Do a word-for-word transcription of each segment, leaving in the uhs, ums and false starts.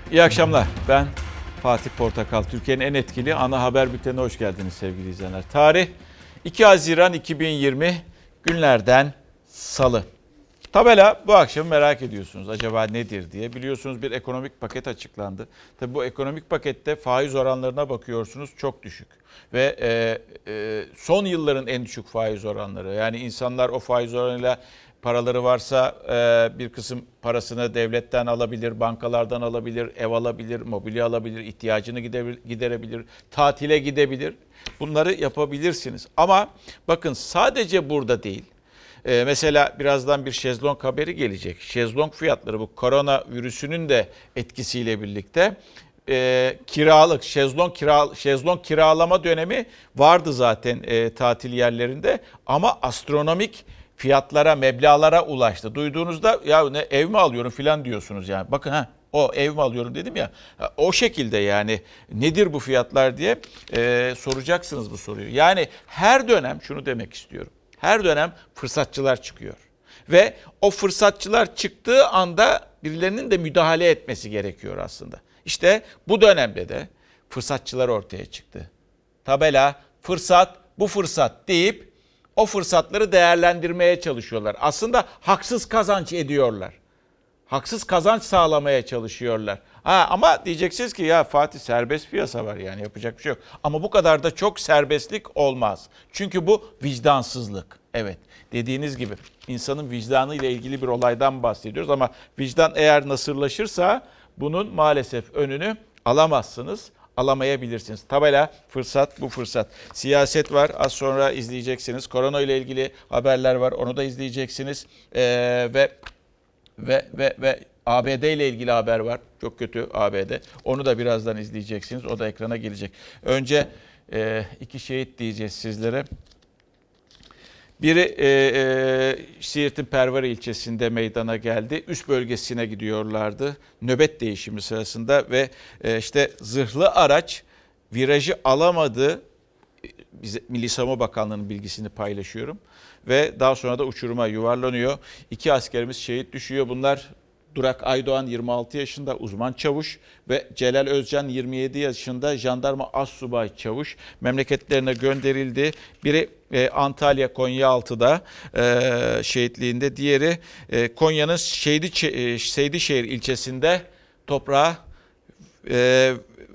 İyi akşamlar. Ben Fatih Portakal. Türkiye'nin en etkili ana haber bültenine hoş geldiniz sevgili izleyenler. Tarih iki Haziran iki bin yirmi günlerden Salı. Tabela bu akşam merak ediyorsunuz acaba nedir diye. Biliyorsunuz bir ekonomik paket açıklandı. Tabii bu ekonomik pakette faiz oranlarına bakıyorsunuz çok düşük. Ve e, e, son yılların en düşük faiz oranları. Yani insanlar o faiz oranıyla paraları varsa e, bir kısım parasını devletten alabilir, bankalardan alabilir, ev alabilir, mobilya alabilir, ihtiyacını giderebilir, tatile gidebilir. Bunları yapabilirsiniz. Ama bakın sadece burada değil. Ee, mesela birazdan bir şezlong haberi gelecek. Şezlong fiyatları bu korona virüsünün de etkisiyle birlikte e, kiralık, şezlong, kira, şezlong kiralama dönemi vardı zaten e, tatil yerlerinde. Ama astronomik fiyatlara, meblağlara ulaştı. Duyduğunuzda ya ne ev mi alıyorum filan diyorsunuz yani. Bakın ha o ev mi alıyorum dedim ya. O şekilde yani nedir bu fiyatlar diye e, soracaksınız bu soruyu. Yani her dönem şunu demek istiyorum. Her dönem fırsatçılar çıkıyor. Ve o fırsatçılar çıktığı anda birilerinin de müdahale etmesi gerekiyor aslında. İşte bu dönemde de fırsatçılar ortaya çıktı. Tabela, fırsat, bu fırsat deyip o fırsatları değerlendirmeye çalışıyorlar. Aslında haksız kazanç ediyorlar. Haksız kazanç sağlamaya çalışıyorlar. Ha, ama diyeceksiniz ki ya Fatih serbest piyasa var yani yapacak bir şey yok. Ama bu kadar da çok serbestlik olmaz. Çünkü bu vicdansızlık. Evet dediğiniz gibi insanın vicdanı ile ilgili bir olaydan bahsediyoruz. Ama vicdan eğer nasırlaşırsa bunun maalesef önünü alamazsınız. Alamayabilirsiniz. Tabela fırsat bu fırsat. Siyaset var az sonra izleyeceksiniz. Korona ile ilgili haberler var onu da izleyeceksiniz. Ee, ve... Ve ve ve A B D ile ilgili haber var. Çok kötü A B D. Onu da birazdan izleyeceksiniz. O da ekrana gelecek. Önce e, iki şehit diyeceğiz sizlere. Biri e, e, Siirt'in Pervara ilçesinde meydana geldi. Üst bölgesine gidiyorlardı. Nöbet değişimi sırasında ve e, işte zırhlı araç virajı alamadı. Bize, Milli Savunma Bakanlığı'nın bilgisini paylaşıyorum. Ve daha sonra da uçuruma yuvarlanıyor. İki askerimiz şehit düşüyor. Bunlar Durak Aydoğan yirmi altı yaşında uzman çavuş ve Celal Özcan yirmi yedi yaşında jandarma assubay çavuş memleketlerine gönderildi. Biri e, Antalya Konyaaltı'da e, şehitliğinde, diğeri e, Konya'nın Şehdi, e, Seydişehir ilçesinde toprağa e,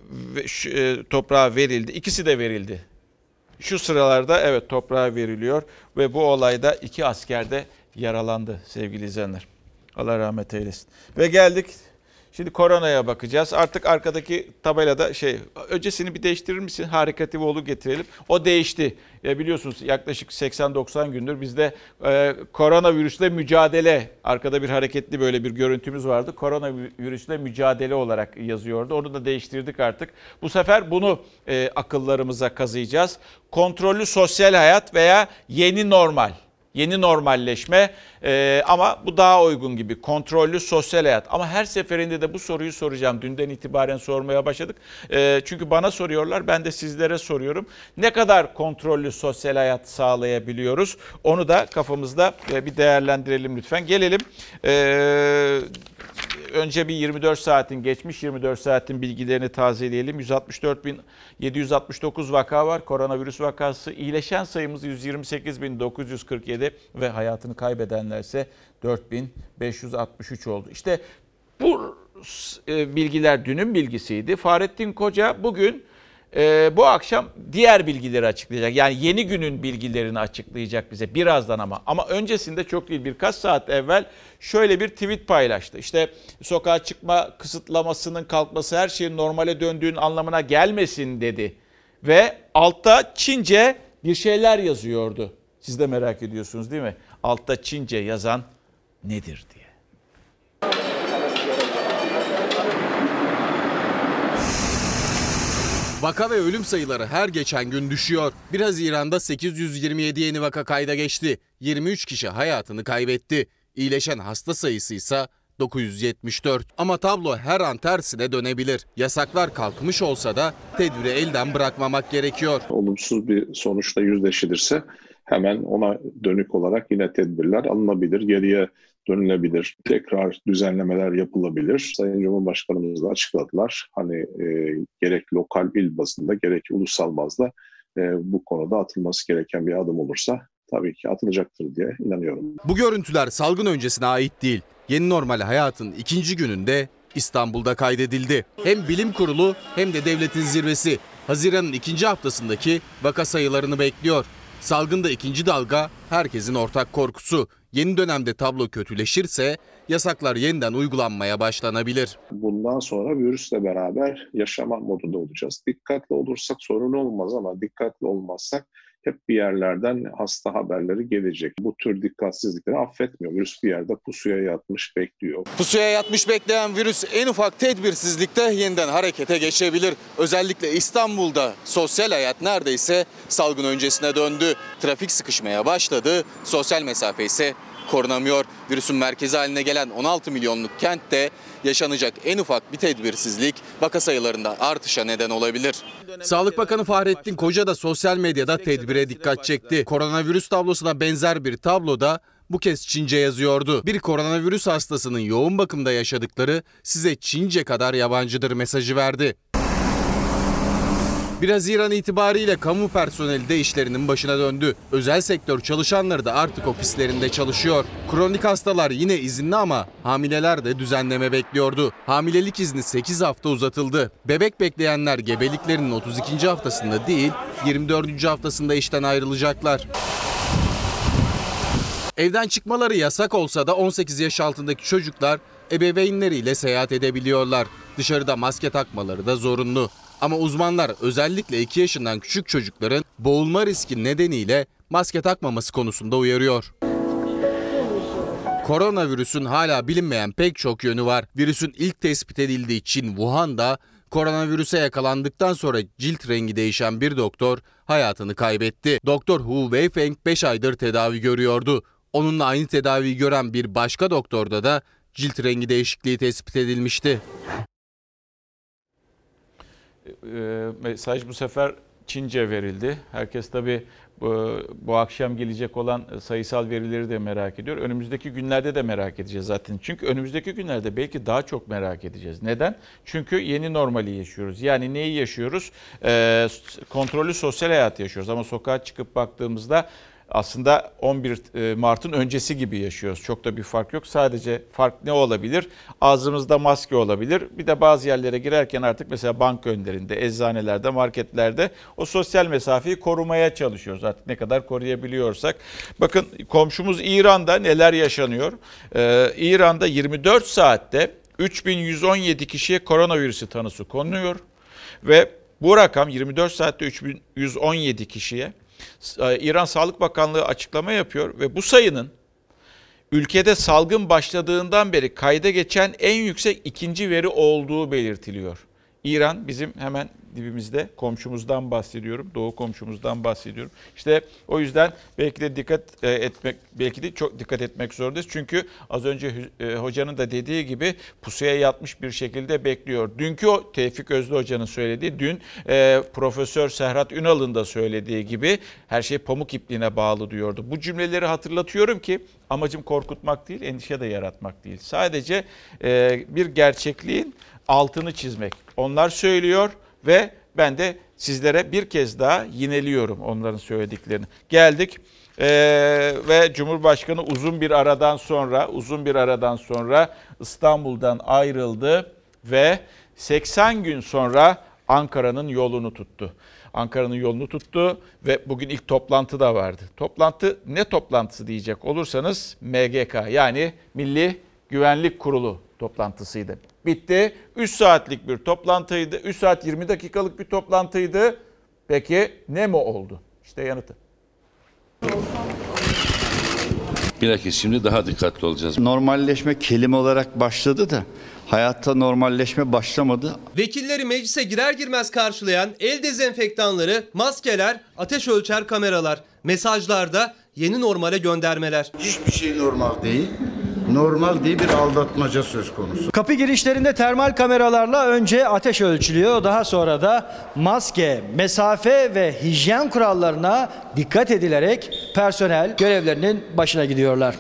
e, toprağa verildi. İkisi de verildi. Şu sıralarda evet toprağa veriliyor ve bu olayda iki asker de yaralandı sevgili izleyenler. Allah rahmet eylesin. Ve geldik şimdi koronaya bakacağız. Artık arkadaki tabelada şey öncesini bir değiştirir misin? Harika Tivoğlu getirelim. O değişti. Ya biliyorsunuz yaklaşık seksen doksan gündür bizde e, koronavirüsle mücadele, arkada bir hareketli böyle bir görüntümüz vardı. Koronavirüsle mücadele olarak yazıyordu. Onu da değiştirdik artık. Bu sefer bunu e, akıllarımıza kazıyacağız. Kontrollü sosyal hayat veya yeni normal. Yeni normalleşme ee, ama bu daha uygun gibi. Kontrollü sosyal hayat. Ama her seferinde de bu soruyu soracağım. Dünden itibaren sormaya başladık. Ee, çünkü bana soruyorlar, ben de sizlere soruyorum. Ne kadar kontrollü sosyal hayat sağlayabiliyoruz? Onu da kafamızda bir değerlendirelim lütfen. Gelelim. Ee, önce bir yirmi dört saatin, geçmiş yirmi dört saatin bilgilerini tazeleyelim. yüz altmış dört bin yedi yüz altmış dokuz vaka var. Koronavirüs vakası. İyileşen sayımız yüz yirmi sekiz bin dokuz yüz kırk yedi ve hayatını kaybedenler ise dört bin beş yüz altmış üç oldu. İşte bu bilgiler dünün bilgisiydi. Fahrettin Koca bugün Ee, bu akşam diğer bilgileri açıklayacak. Yani yeni günün bilgilerini açıklayacak bize birazdan ama. Ama öncesinde çok değil birkaç saat evvel şöyle bir tweet paylaştı. İşte sokağa çıkma kısıtlamasının kalkması her şeyin normale döndüğün anlamına gelmesin dedi. Ve altta Çince bir şeyler yazıyordu. Siz de merak ediyorsunuz değil mi? Altta Çince yazan nedir diye. Vaka ve ölüm sayıları her geçen gün düşüyor. bir Haziran'da sekiz yüz yirmi yedi yeni vaka kayda geçti. yirmi üç kişi hayatını kaybetti. İyileşen hasta sayısı ise dokuz yüz yetmiş dört. Ama tablo her an tersine dönebilir. Yasaklar kalkmış olsa da tedbiri elden bırakmamak gerekiyor. Olumsuz bir sonuçla yüzleşilirse hemen ona dönük olarak yine tedbirler alınabilir, geriye dönülebilir, tekrar düzenlemeler yapılabilir. Sayın Cumhurbaşkanımız da açıkladılar. Hani e, gerek lokal il bazında gerek ulusal bazda e, bu konuda atılması gereken bir adım olursa tabii ki atılacaktır diye inanıyorum. Bu görüntüler salgın öncesine ait değil. Yeni normal hayatın ikinci gününde İstanbul'da kaydedildi. Hem bilim kurulu hem de devletin zirvesi Haziran'ın ikinci haftasındaki vaka sayılarını bekliyor. Salgında ikinci dalga herkesin ortak korkusu. Yeni dönemde tablo kötüleşirse yasaklar yeniden uygulanmaya başlanabilir. Bundan sonra virüsle beraber yaşama modunda olacağız. Dikkatli olursak sorun olmaz ama dikkatli olmazsak hep bir yerlerden hasta haberleri gelecek. Bu tür dikkatsizlikleri affetmiyor. Virüs bir yerde pusuya yatmış bekliyor. Pusuya yatmış bekleyen virüs en ufak tedbirsizlikte yeniden harekete geçebilir. Özellikle İstanbul'da sosyal hayat neredeyse salgın öncesine döndü. Trafik sıkışmaya başladı. Sosyal mesafe ise korunamıyor. Virüsün merkezi haline gelen on altı milyonluk kentte yaşanacak en ufak bir tedbirsizlik vaka sayılarında artışa neden olabilir. Sağlık Bakanı Fahrettin Koca da sosyal medyada tedbire dikkat çekti. Koronavirüs tablosuna benzer bir tabloda bu kez Çince yazıyordu. Bir koronavirüs hastasının yoğun bakımda yaşadıkları size Çince kadar yabancıdır mesajı verdi. bir Haziran itibariyle kamu personeli de işlerinin başına döndü. Özel sektör çalışanları da artık ofislerinde çalışıyor. Kronik hastalar yine izinli ama hamileler de düzenleme bekliyordu. Hamilelik izni sekiz hafta uzatıldı. Bebek bekleyenler gebeliklerinin otuz ikinci haftasında değil, yirmi dördüncü haftasında işten ayrılacaklar. Evden çıkmaları yasak olsa da on sekiz yaş altındaki çocuklar ebeveynleriyle seyahat edebiliyorlar. Dışarıda maske takmaları da zorunlu. Ama uzmanlar özellikle iki yaşından küçük çocukların boğulma riski nedeniyle maske takmaması konusunda uyarıyor. Koronavirüsün hala bilinmeyen pek çok yönü var. Virüsün ilk tespit edildiği Çin Wuhan'da koronavirüse yakalandıktan sonra cilt rengi değişen bir doktor hayatını kaybetti. Doktor Hu Weifeng beş aydır tedavi görüyordu. Onunla aynı tedaviyi gören bir başka doktorda da cilt rengi değişikliği tespit edilmişti. E, mesaj bu sefer Çince verildi. Herkes tabii bu, bu akşam gelecek olan sayısal verileri de merak ediyor. Önümüzdeki günlerde de merak edeceğiz zaten. Çünkü önümüzdeki günlerde belki daha çok merak edeceğiz. Neden? Çünkü yeni normali yaşıyoruz. Yani neyi yaşıyoruz? E, kontrollü sosyal hayat yaşıyoruz. Ama sokağa çıkıp baktığımızda aslında on bir Mart'ın öncesi gibi yaşıyoruz. Çok da bir fark yok. Sadece fark ne olabilir? Ağzımızda maske olabilir. Bir de bazı yerlere girerken artık mesela banka önlerinde, eczanelerde, marketlerde o sosyal mesafeyi korumaya çalışıyoruz. Artık ne kadar koruyabiliyorsak. Bakın komşumuz İran'da neler yaşanıyor? Ee, İran'da yirmi dört saatte üç bin yüz on yedi kişiye koronavirüsü tanısı konuyor. Ve bu rakam yirmi dört saatte üç bin yüz on yedi kişiye İran Sağlık Bakanlığı açıklama yapıyor ve bu sayının ülkede salgın başladığından beri kayda geçen en yüksek ikinci veri olduğu belirtiliyor. İran bizim hemen dibimizde, komşumuzdan bahsediyorum, doğu komşumuzdan bahsediyorum. İşte o yüzden belki de dikkat etmek, belki de çok dikkat etmek zorundayız. Çünkü az önce hocanın da dediği gibi pusuya yatmış bir şekilde bekliyor. Dünkü o Tevfik Özlü hocanın söylediği, dün e, Profesör Serhat Ünal'ın da söylediği gibi her şey pamuk ipliğine bağlı diyordu. Bu cümleleri hatırlatıyorum ki amacım korkutmak değil, endişe de yaratmak değil. Sadece e, bir gerçekliğin altını çizmek. Onlar söylüyor ve ben de sizlere bir kez daha yineliyorum onların söylediklerini. Geldik ee, ve Cumhurbaşkanı uzun bir aradan sonra, uzun bir aradan sonra İstanbul'dan ayrıldı ve seksen gün sonra Ankara'nın yolunu tuttu. Ankara'nın yolunu tuttu ve bugün ilk toplantı da vardı. Toplantı ne toplantısı diyecek olursanız M G K yani Milli Güvenlik Kurulu toplantısıydı. Bitti. üç saatlik bir toplantıydı. üç saat yirmi dakikalık bir toplantıydı. Peki ne mi oldu? İşte yanıtı. Bilakis şimdi daha dikkatli olacağız. Normalleşme kelime olarak başladı da hayatta normalleşme başlamadı. Vekilleri meclise girer girmez karşılayan el dezenfektanları, maskeler, ateş ölçer kameralar, mesajlarda yeni normale göndermeler. Hiçbir şey normal değil. normal diye bir aldatmaca söz konusu. Kapı girişlerinde termal kameralarla önce ateş ölçülüyor. Daha sonra da maske, mesafe ve hijyen kurallarına dikkat edilerek personel görevlerinin başına gidiyorlar.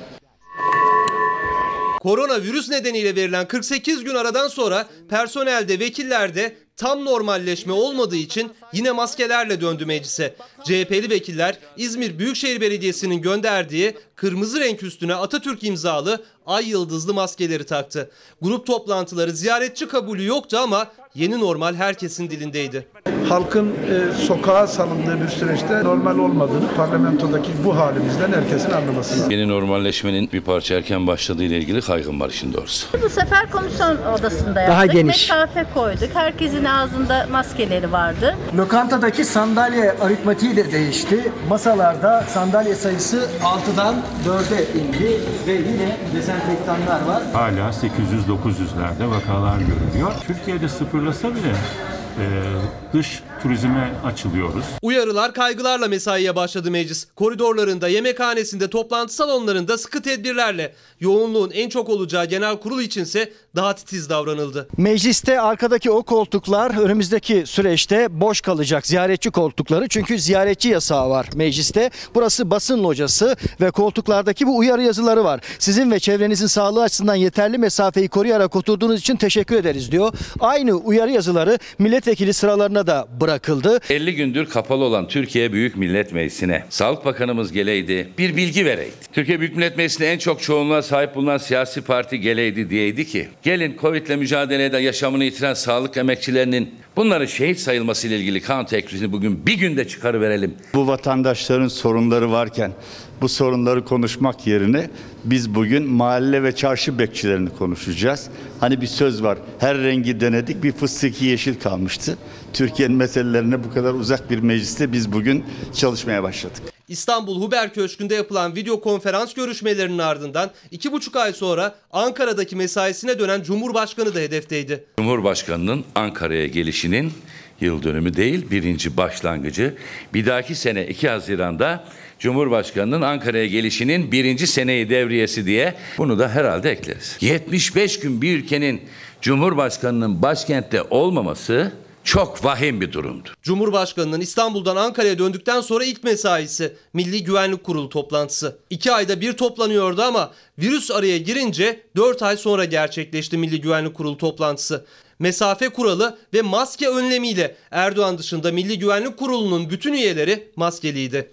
Koronavirüs nedeniyle verilen kırk sekiz gün aradan sonra personelde, vekillerde tam normalleşme olmadığı için yine maskelerle döndü meclise. C H P'li vekiller İzmir Büyükşehir Belediyesi'nin gönderdiği kırmızı renk üstüne Atatürk imzalı ay yıldızlı maskeleri taktı. Grup toplantıları, ziyaretçi kabulü yoktu ama yeni normal herkesin dilindeydi. Halkın e, sokağa salındığı bir süreçte normal olmadığını parlamentodaki bu halimizden herkesin anlaması. Yeni normalleşmenin bir parça erken başladığı ile ilgili kaygım var işin doğrusu. Bu sefer komisyon odasında yaptık. Daha geniş. Mesafe koyduk. Herkesin ağzında maskeleri vardı. Lokantadaki sandalye aritmatiği de değişti. Masalarda sandalye sayısı altıdan dörde indi ve yine dezenfektanlar var. Hala sekiz yüz dokuz yüzlerde vakalar görülüyor. Türkiye'de sıfırlasa bile e, dış turizme açılıyoruz. Uyarılar, kaygılarla mesaiye başladı meclis. Koridorlarında, yemekhanesinde, toplantı salonlarında sıkı tedbirlerle. Yoğunluğun en çok olacağı genel kurul içinse daha titiz davranıldı. Mecliste arkadaki o koltuklar önümüzdeki süreçte boş kalacak, ziyaretçi koltukları. Çünkü ziyaretçi yasağı var mecliste. Burası basın locası ve koltuklardaki bu uyarı yazıları var. Sizin ve çevrenizin sağlığı açısından yeterli mesafeyi koruyarak oturduğunuz için teşekkür ederiz diyor. Aynı uyarı yazıları milletvekili sıralarına da bırakıldı. elli gündür kapalı olan Türkiye Büyük Millet Meclisi'ne Sağlık Bakanımız geleydi, bir bilgi vereydi. Türkiye Büyük Millet Meclisi'ne en çok çoğunluğa sahip bulunan siyasi parti geleydi diyeydi ki gelin Covid'le mücadelede yaşamını yitiren sağlık emekçilerinin bunların şehit sayılması ile ilgili kanun teklifini bugün bir günde çıkarıverelim. Bu vatandaşların sorunları varken bu sorunları konuşmak yerine biz bugün mahalle ve çarşı bekçilerini konuşacağız. Hani bir söz var, her rengi denedik, bir fıstıki yeşil kalmıştı. Türkiye'nin meselelerine bu kadar uzak bir mecliste biz bugün çalışmaya başladık. İstanbul Huber Köşkü'nde yapılan video konferans görüşmelerinin ardından iki buçuk ay sonra Ankara'daki mesaisine dönen Cumhurbaşkanı da hedefteydi. Cumhurbaşkanının Ankara'ya gelişinin yıl dönümü değil, birinci başlangıcı. Bir dahaki sene iki Haziran'da Cumhurbaşkanının Ankara'ya gelişinin birinci seneyi devriyesi diye bunu da herhalde ekleriz. yetmiş beş gün bir ülkenin Cumhurbaşkanının başkentte olmaması çok vahim bir durumdu. Cumhurbaşkanının İstanbul'dan Ankara'ya döndükten sonra ilk mesaisi Milli Güvenlik Kurulu toplantısı. İki ayda bir toplanıyordu ama virüs araya girince dört ay sonra gerçekleşti Milli Güvenlik Kurulu toplantısı. Mesafe kuralı ve maske önlemiyle Erdoğan dışında Milli Güvenlik Kurulu'nun bütün üyeleri maskeliydi.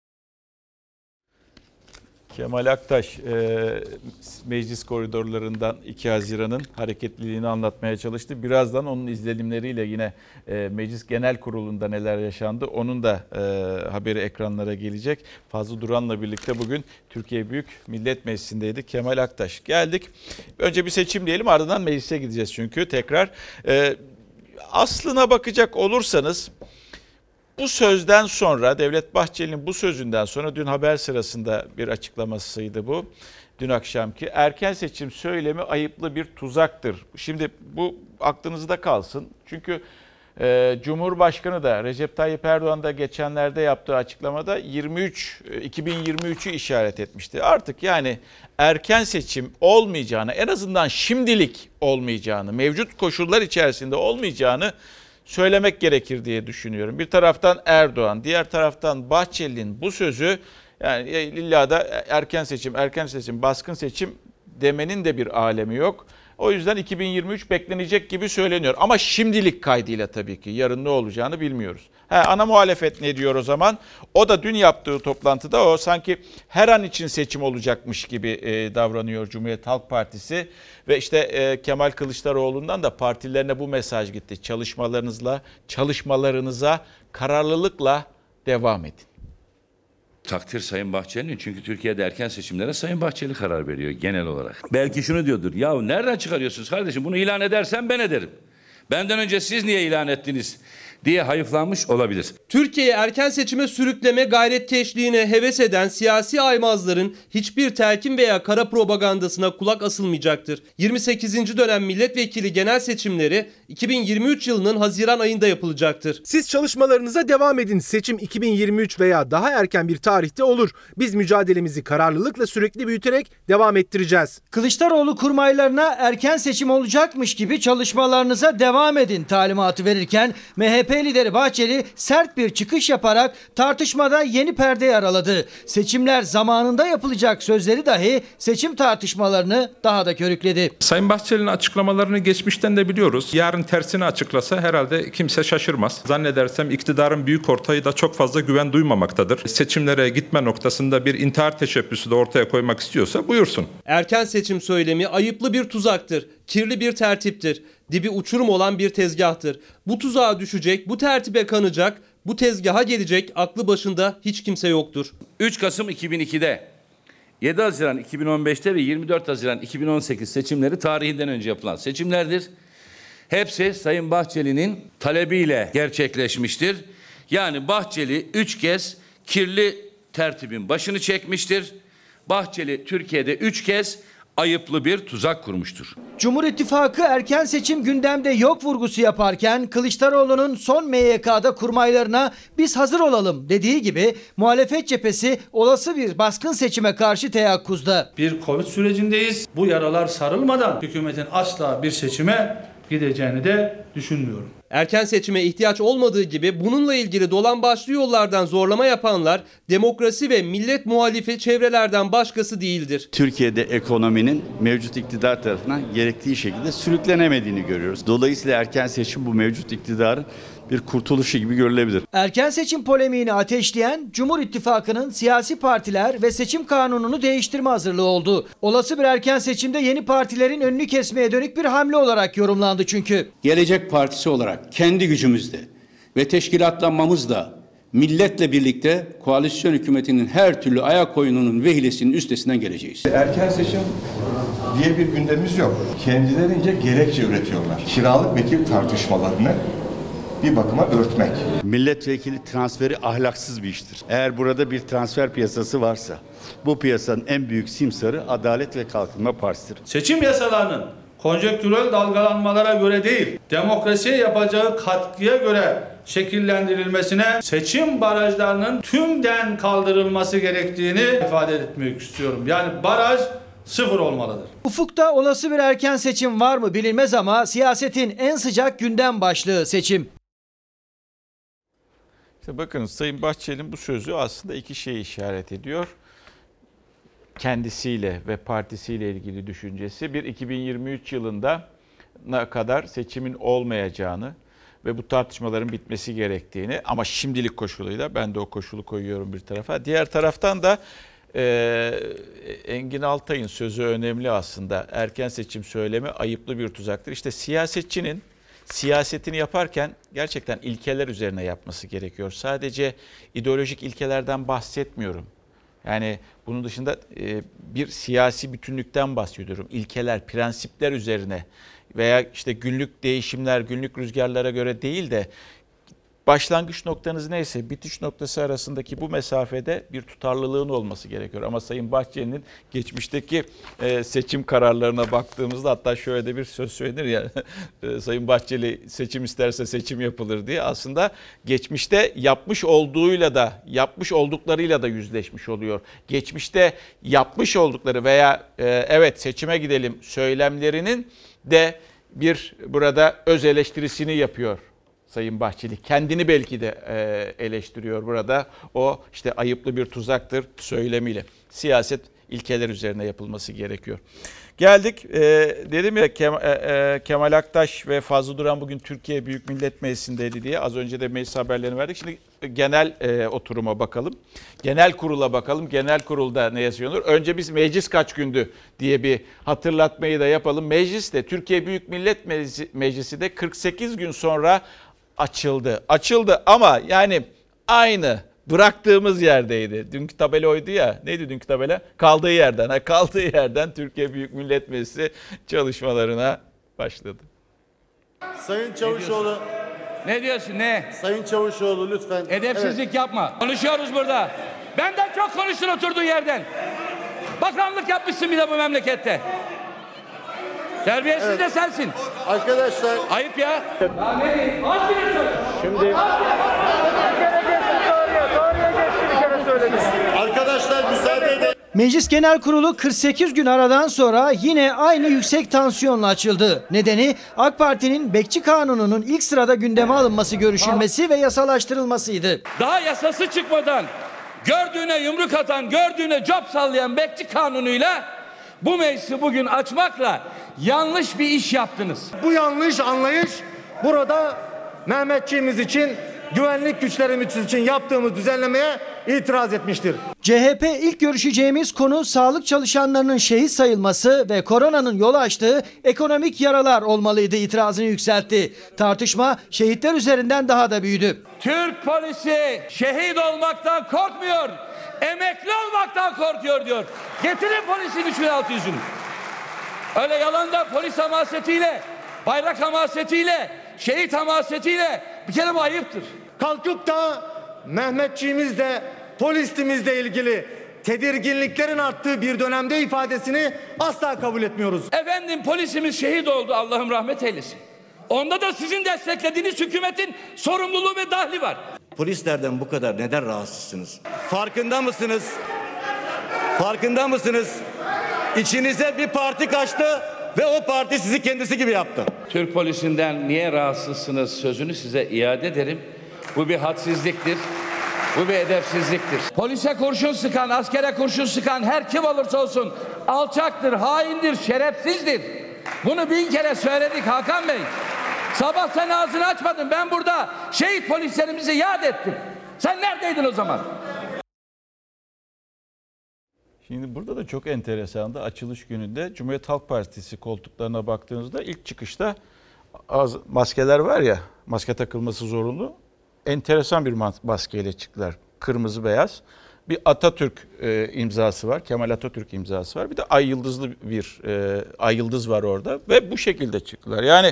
Kemal Aktaş e, meclis koridorlarından iki Haziran'ın hareketliliğini anlatmaya çalıştı. Birazdan onun izlenimleriyle yine e, Meclis Genel Kurulu'nda neler yaşandı onun da e, haberi ekranlara gelecek. Fazıl Duran'la birlikte bugün Türkiye Büyük Millet Meclisi'ndeydi Kemal Aktaş. Geldik. Önce bir seçim diyelim, ardından meclise gideceğiz çünkü tekrar. E, aslına bakacak olursanız bu sözden sonra, Devlet Bahçeli'nin bu sözünden sonra, dün haber sırasında bir açıklamasıydı bu. Dün akşamki erken seçim söylemi ayıplı bir tuzaktır. Şimdi bu aklınızda kalsın. Çünkü e, Cumhurbaşkanı da Recep Tayyip Erdoğan da geçenlerde yaptığı açıklamada yirmi üç iki bin yirmi üçü işaret etmişti. Artık yani erken seçim olmayacağını, en azından şimdilik olmayacağını, mevcut koşullar içerisinde olmayacağını söylemek gerekir diye düşünüyorum. Bir taraftan Erdoğan, diğer taraftan Bahçeli'nin bu sözü, yani illa da erken seçim, erken seçim, baskın seçim demenin de bir alemi yok. O yüzden iki bin yirmi üç beklenecek gibi söyleniyor. Ama şimdilik kaydıyla tabii ki, yarın ne olacağını bilmiyoruz. He, ana muhalefet ne diyor o zaman? O da dün yaptığı toplantıda o sanki her an için seçim olacakmış gibi e, davranıyor Cumhuriyet Halk Partisi. Ve işte e, Kemal Kılıçdaroğlu'ndan da partilerine bu mesaj gitti. Çalışmalarınızla, çalışmalarınıza kararlılıkla devam edin. Takdir Sayın Bahçeli'nin, çünkü Türkiye'de erken seçimlere Sayın Bahçeli karar veriyor genel olarak. Belki şunu diyordur, ya nereden çıkarıyorsunuz kardeşim, bunu ilan edersen ben ederim. Benden önce siz niye ilan ettiniz diye hayıflanmış olabilir. Türkiye'yi erken seçime sürükleme gayretkeşliğine heves eden siyasi aymazların hiçbir telkin veya kara propagandasına kulak asılmayacaktır. yirmi sekizinci dönem milletvekili genel seçimleri iki bin yirmi üç yılının Haziran ayında yapılacaktır. Siz çalışmalarınıza devam edin. Seçim iki bin yirmi üç veya daha erken bir tarihte olur. Biz mücadelemizi kararlılıkla sürekli büyüterek devam ettireceğiz. Kılıçdaroğlu kurmaylarına erken seçim olacakmış gibi çalışmalarınıza devam edin talimatı verirken M H P lideri Bahçeli sert bir çıkış yaparak tartışmada yeni perdeyi araladı. Seçimler zamanında yapılacak sözleri dahi seçim tartışmalarını daha da körükledi. Sayın Bahçeli'nin açıklamalarını geçmişten de biliyoruz. Yarın tersini açıklasa herhalde kimse şaşırmaz. Zannedersem iktidarın büyük ortayı da çok fazla güven duymamaktadır. Seçimlere gitme noktasında bir intihar teşebbüsü de ortaya koymak istiyorsa buyursun. Erken seçim söylemi ayıplı bir tuzaktır. Kirli bir tertiptir. Dibi uçurum olan bir tezgahtır. Bu tuzağa düşecek, bu tertibe kanacak, bu tezgaha gelecek aklı başında hiç kimse yoktur. üç Kasım iki bin ikide, yedi Haziran iki bin on beşte ve yirmi dört Haziran iki bin on sekiz seçimleri tarihinden önce yapılan seçimlerdir. Hepsi Sayın Bahçeli'nin talebiyle gerçekleşmiştir. Yani Bahçeli üç kez kirli tertibin başını çekmiştir. Bahçeli Türkiye'de üç kez ayıplı bir tuzak kurmuştur. Cumhur İttifakı erken seçim gündemde yok vurgusu yaparken Kılıçdaroğlu'nun son M Y K'da kurmaylarına biz hazır olalım dediği gibi muhalefet cephesi olası bir baskın seçime karşı teyakkuzda. Bir Covid sürecindeyiz. Bu yaralar sarılmadan hükümetin asla bir seçime gideceğini de düşünmüyorum. Erken seçime ihtiyaç olmadığı gibi bununla ilgili dolambaçlı yollardan zorlama yapanlar demokrasi ve millet muhalifi çevrelerden başkası değildir. Türkiye'de ekonominin mevcut iktidar tarafından gerektiği şekilde sürüklenemediğini görüyoruz. Dolayısıyla erken seçim bu mevcut iktidarın bir kurtuluşu gibi görülebilir. Erken seçim polemiğini ateşleyen Cumhur İttifakı'nın siyasi partiler ve seçim kanununu değiştirme hazırlığı oldu. Olası bir erken seçimde yeni partilerin önünü kesmeye dönük bir hamle olarak yorumlandı çünkü. Gelecek Partisi olarak kendi gücümüzle ve teşkilatlanmamızla milletle birlikte koalisyon hükümetinin her türlü ayak oyununun ve hilesinin üstesinden geleceğiz. Erken seçim diye bir gündemimiz yok. Kendilerince gerekçe üretiyorlar. Kiralık vekil tartışmalarını bir bakıma örtmek. Milletvekili transferi ahlaksız bir iştir. Eğer burada bir transfer piyasası varsa bu piyasanın en büyük simsarı Adalet ve Kalkınma Partisi'dir. Seçim yasalarının konjonktürel dalgalanmalara göre değil, demokrasiye yapacağı katkıya göre şekillendirilmesine, seçim barajlarının tümden kaldırılması gerektiğini ifade etmek istiyorum. Yani baraj sıfır olmalıdır. Ufukta olası bir erken seçim var mı bilinmez ama siyasetin en sıcak gündem başlığı seçim. İşte bakın Sayın Bahçeli'nin bu sözü aslında iki şeyi işaret ediyor. Kendisiyle ve partisiyle ilgili düşüncesi. Bir, iki bin yirmi üç yılında ne kadar seçimin olmayacağını ve bu tartışmaların bitmesi gerektiğini, ama şimdilik koşuluyla, ben de o koşulu koyuyorum bir tarafa. Diğer taraftan da e, Engin Altay'ın sözü önemli aslında. Erken seçim söylemi ayıplı bir tuzaktır. İşte siyasetçinin siyasetini yaparken gerçekten ilkeler üzerine yapması gerekiyor. Sadece ideolojik ilkelerden bahsetmiyorum. Yani bunun dışında bir siyasi bütünlükten bahsediyorum. İlkeler, prensipler üzerine veya işte günlük değişimler, günlük rüzgarlara göre değil de başlangıç noktanız neyse bitiş noktası arasındaki bu mesafede bir tutarlılığın olması gerekiyor. Ama Sayın Bahçeli'nin geçmişteki seçim kararlarına baktığımızda, hatta şöyle de bir söz söylenir ya, Sayın Bahçeli seçim isterse seçim yapılır diye, aslında geçmişte yapmış olduğuyla da yapmış olduklarıyla da yüzleşmiş oluyor. Geçmişte yapmış oldukları veya evet seçime gidelim söylemlerinin de bir burada öz eleştirisini yapıyor Sayın Bahçeli. Kendini belki de eleştiriyor burada. O işte ayıplı bir tuzaktır söylemiyle. Siyaset ilkeler üzerine yapılması gerekiyor. Geldik, e, dedim ya Kem, e, e, Kemal Aktaş ve Fazlı Duran bugün Türkiye Büyük Millet Meclisi'ndeydi diye az önce de meclis haberlerini verdik. Şimdi genel e, oturuma bakalım. Genel kurula bakalım. Genel kurulda ne yazıyor? Önce biz meclis kaç gündü diye bir hatırlatmayı da yapalım. Meclis de Türkiye Büyük Millet Meclisi, Meclisi de kırk sekiz gün sonra açıldı. Açıldı ama yani aynı bıraktığımız yerdeydi. Dünkü tabela oydu ya. Neydi dünkü tabela? Kaldığı yerden. Ha, kaldığı yerden Türkiye Büyük Millet Meclisi çalışmalarına başladı. Sayın Çavuşoğlu, Ne diyorsun ne? Sayın Çavuşoğlu lütfen. Edepsizlik Evet. yapma. Konuşuyoruz burada. Benden çok konuştun oturduğun yerden. Bakanlık yapmışsın bir de bu memlekette. Terbiyesiz Evet. de sensin. Arkadaşlar. Ayıp ya. Ya ne? Az bile söyle. Şimdi. Arkadaşlar müsaade edin. Meclis Genel Kurulu kırk sekiz gün aradan sonra yine aynı yüksek tansiyonla açıldı. Nedeni AK Parti'nin Bekçi Kanunu'nun ilk sırada gündeme alınması, görüşülmesi ve yasalaştırılmasıydı. Daha yasası çıkmadan gördüğüne yumruk atan, gördüğüne cop sallayan Bekçi Kanunu'yla bu meclisi bugün açmakla yanlış bir iş yaptınız. Bu yanlış anlayış burada Mehmetçiğimiz için, güvenlik güçlerimiz için yaptığımız düzenlemeye itiraz etmiştir. C H P ilk görüşeceğimiz konu sağlık çalışanlarının şehit sayılması ve koronanın yol açtığı ekonomik yaralar olmalıydı itirazını yükseltti. Tartışma şehitler üzerinden daha da büyüdü. Türk polisi şehit olmaktan korkmuyor, emekli olmaktan korkuyor diyor. Getirin polisin üç bin altı yüzünü. Öyle yalandan polis hamasetiyle, bayrak hamasetiyle, şehit hamasetiyle bir kere bu ayıptır. Kalkıp da Mehmetçiğimizle, polisimizle ilgili tedirginliklerin arttığı bir dönemde ifadesini asla kabul etmiyoruz. Efendim polisimiz şehit oldu, Allah'ım rahmet eylesin. Onda da sizin desteklediğiniz hükümetin sorumluluğu ve dahli var. Polislerden bu kadar neden rahatsızsınız? Farkında mısınız? Farkında mısınız? İçinize bir parti kaçtı ve o parti sizi kendisi gibi yaptı. Türk polisinden niye rahatsızsınız sözünü size iade ederim. Bu bir hadsizliktir. Bu bir edepsizliktir. Polise kurşun sıkan, askere kurşun sıkan her kim olursa olsun alçaktır, haindir, şerefsizdir. Bunu bin kere söyledik Hakan Bey. Sabah sen ağzını açmadın. Ben burada şehit polislerimizi yad ettim. Sen neredeydin o zaman? Şimdi burada da çok enteresan da açılış gününde Cumhuriyet Halk Partisi koltuklarına baktığınızda ilk çıkışta az maskeler var ya, maske takılması zorunlu. Enteresan bir maskeyle çıktılar. Kırmızı beyaz. Bir Atatürk e, imzası var. Kemal Atatürk imzası var. Bir de ay yıldızlı bir e, ay yıldız var orada ve bu şekilde çıktılar. Yani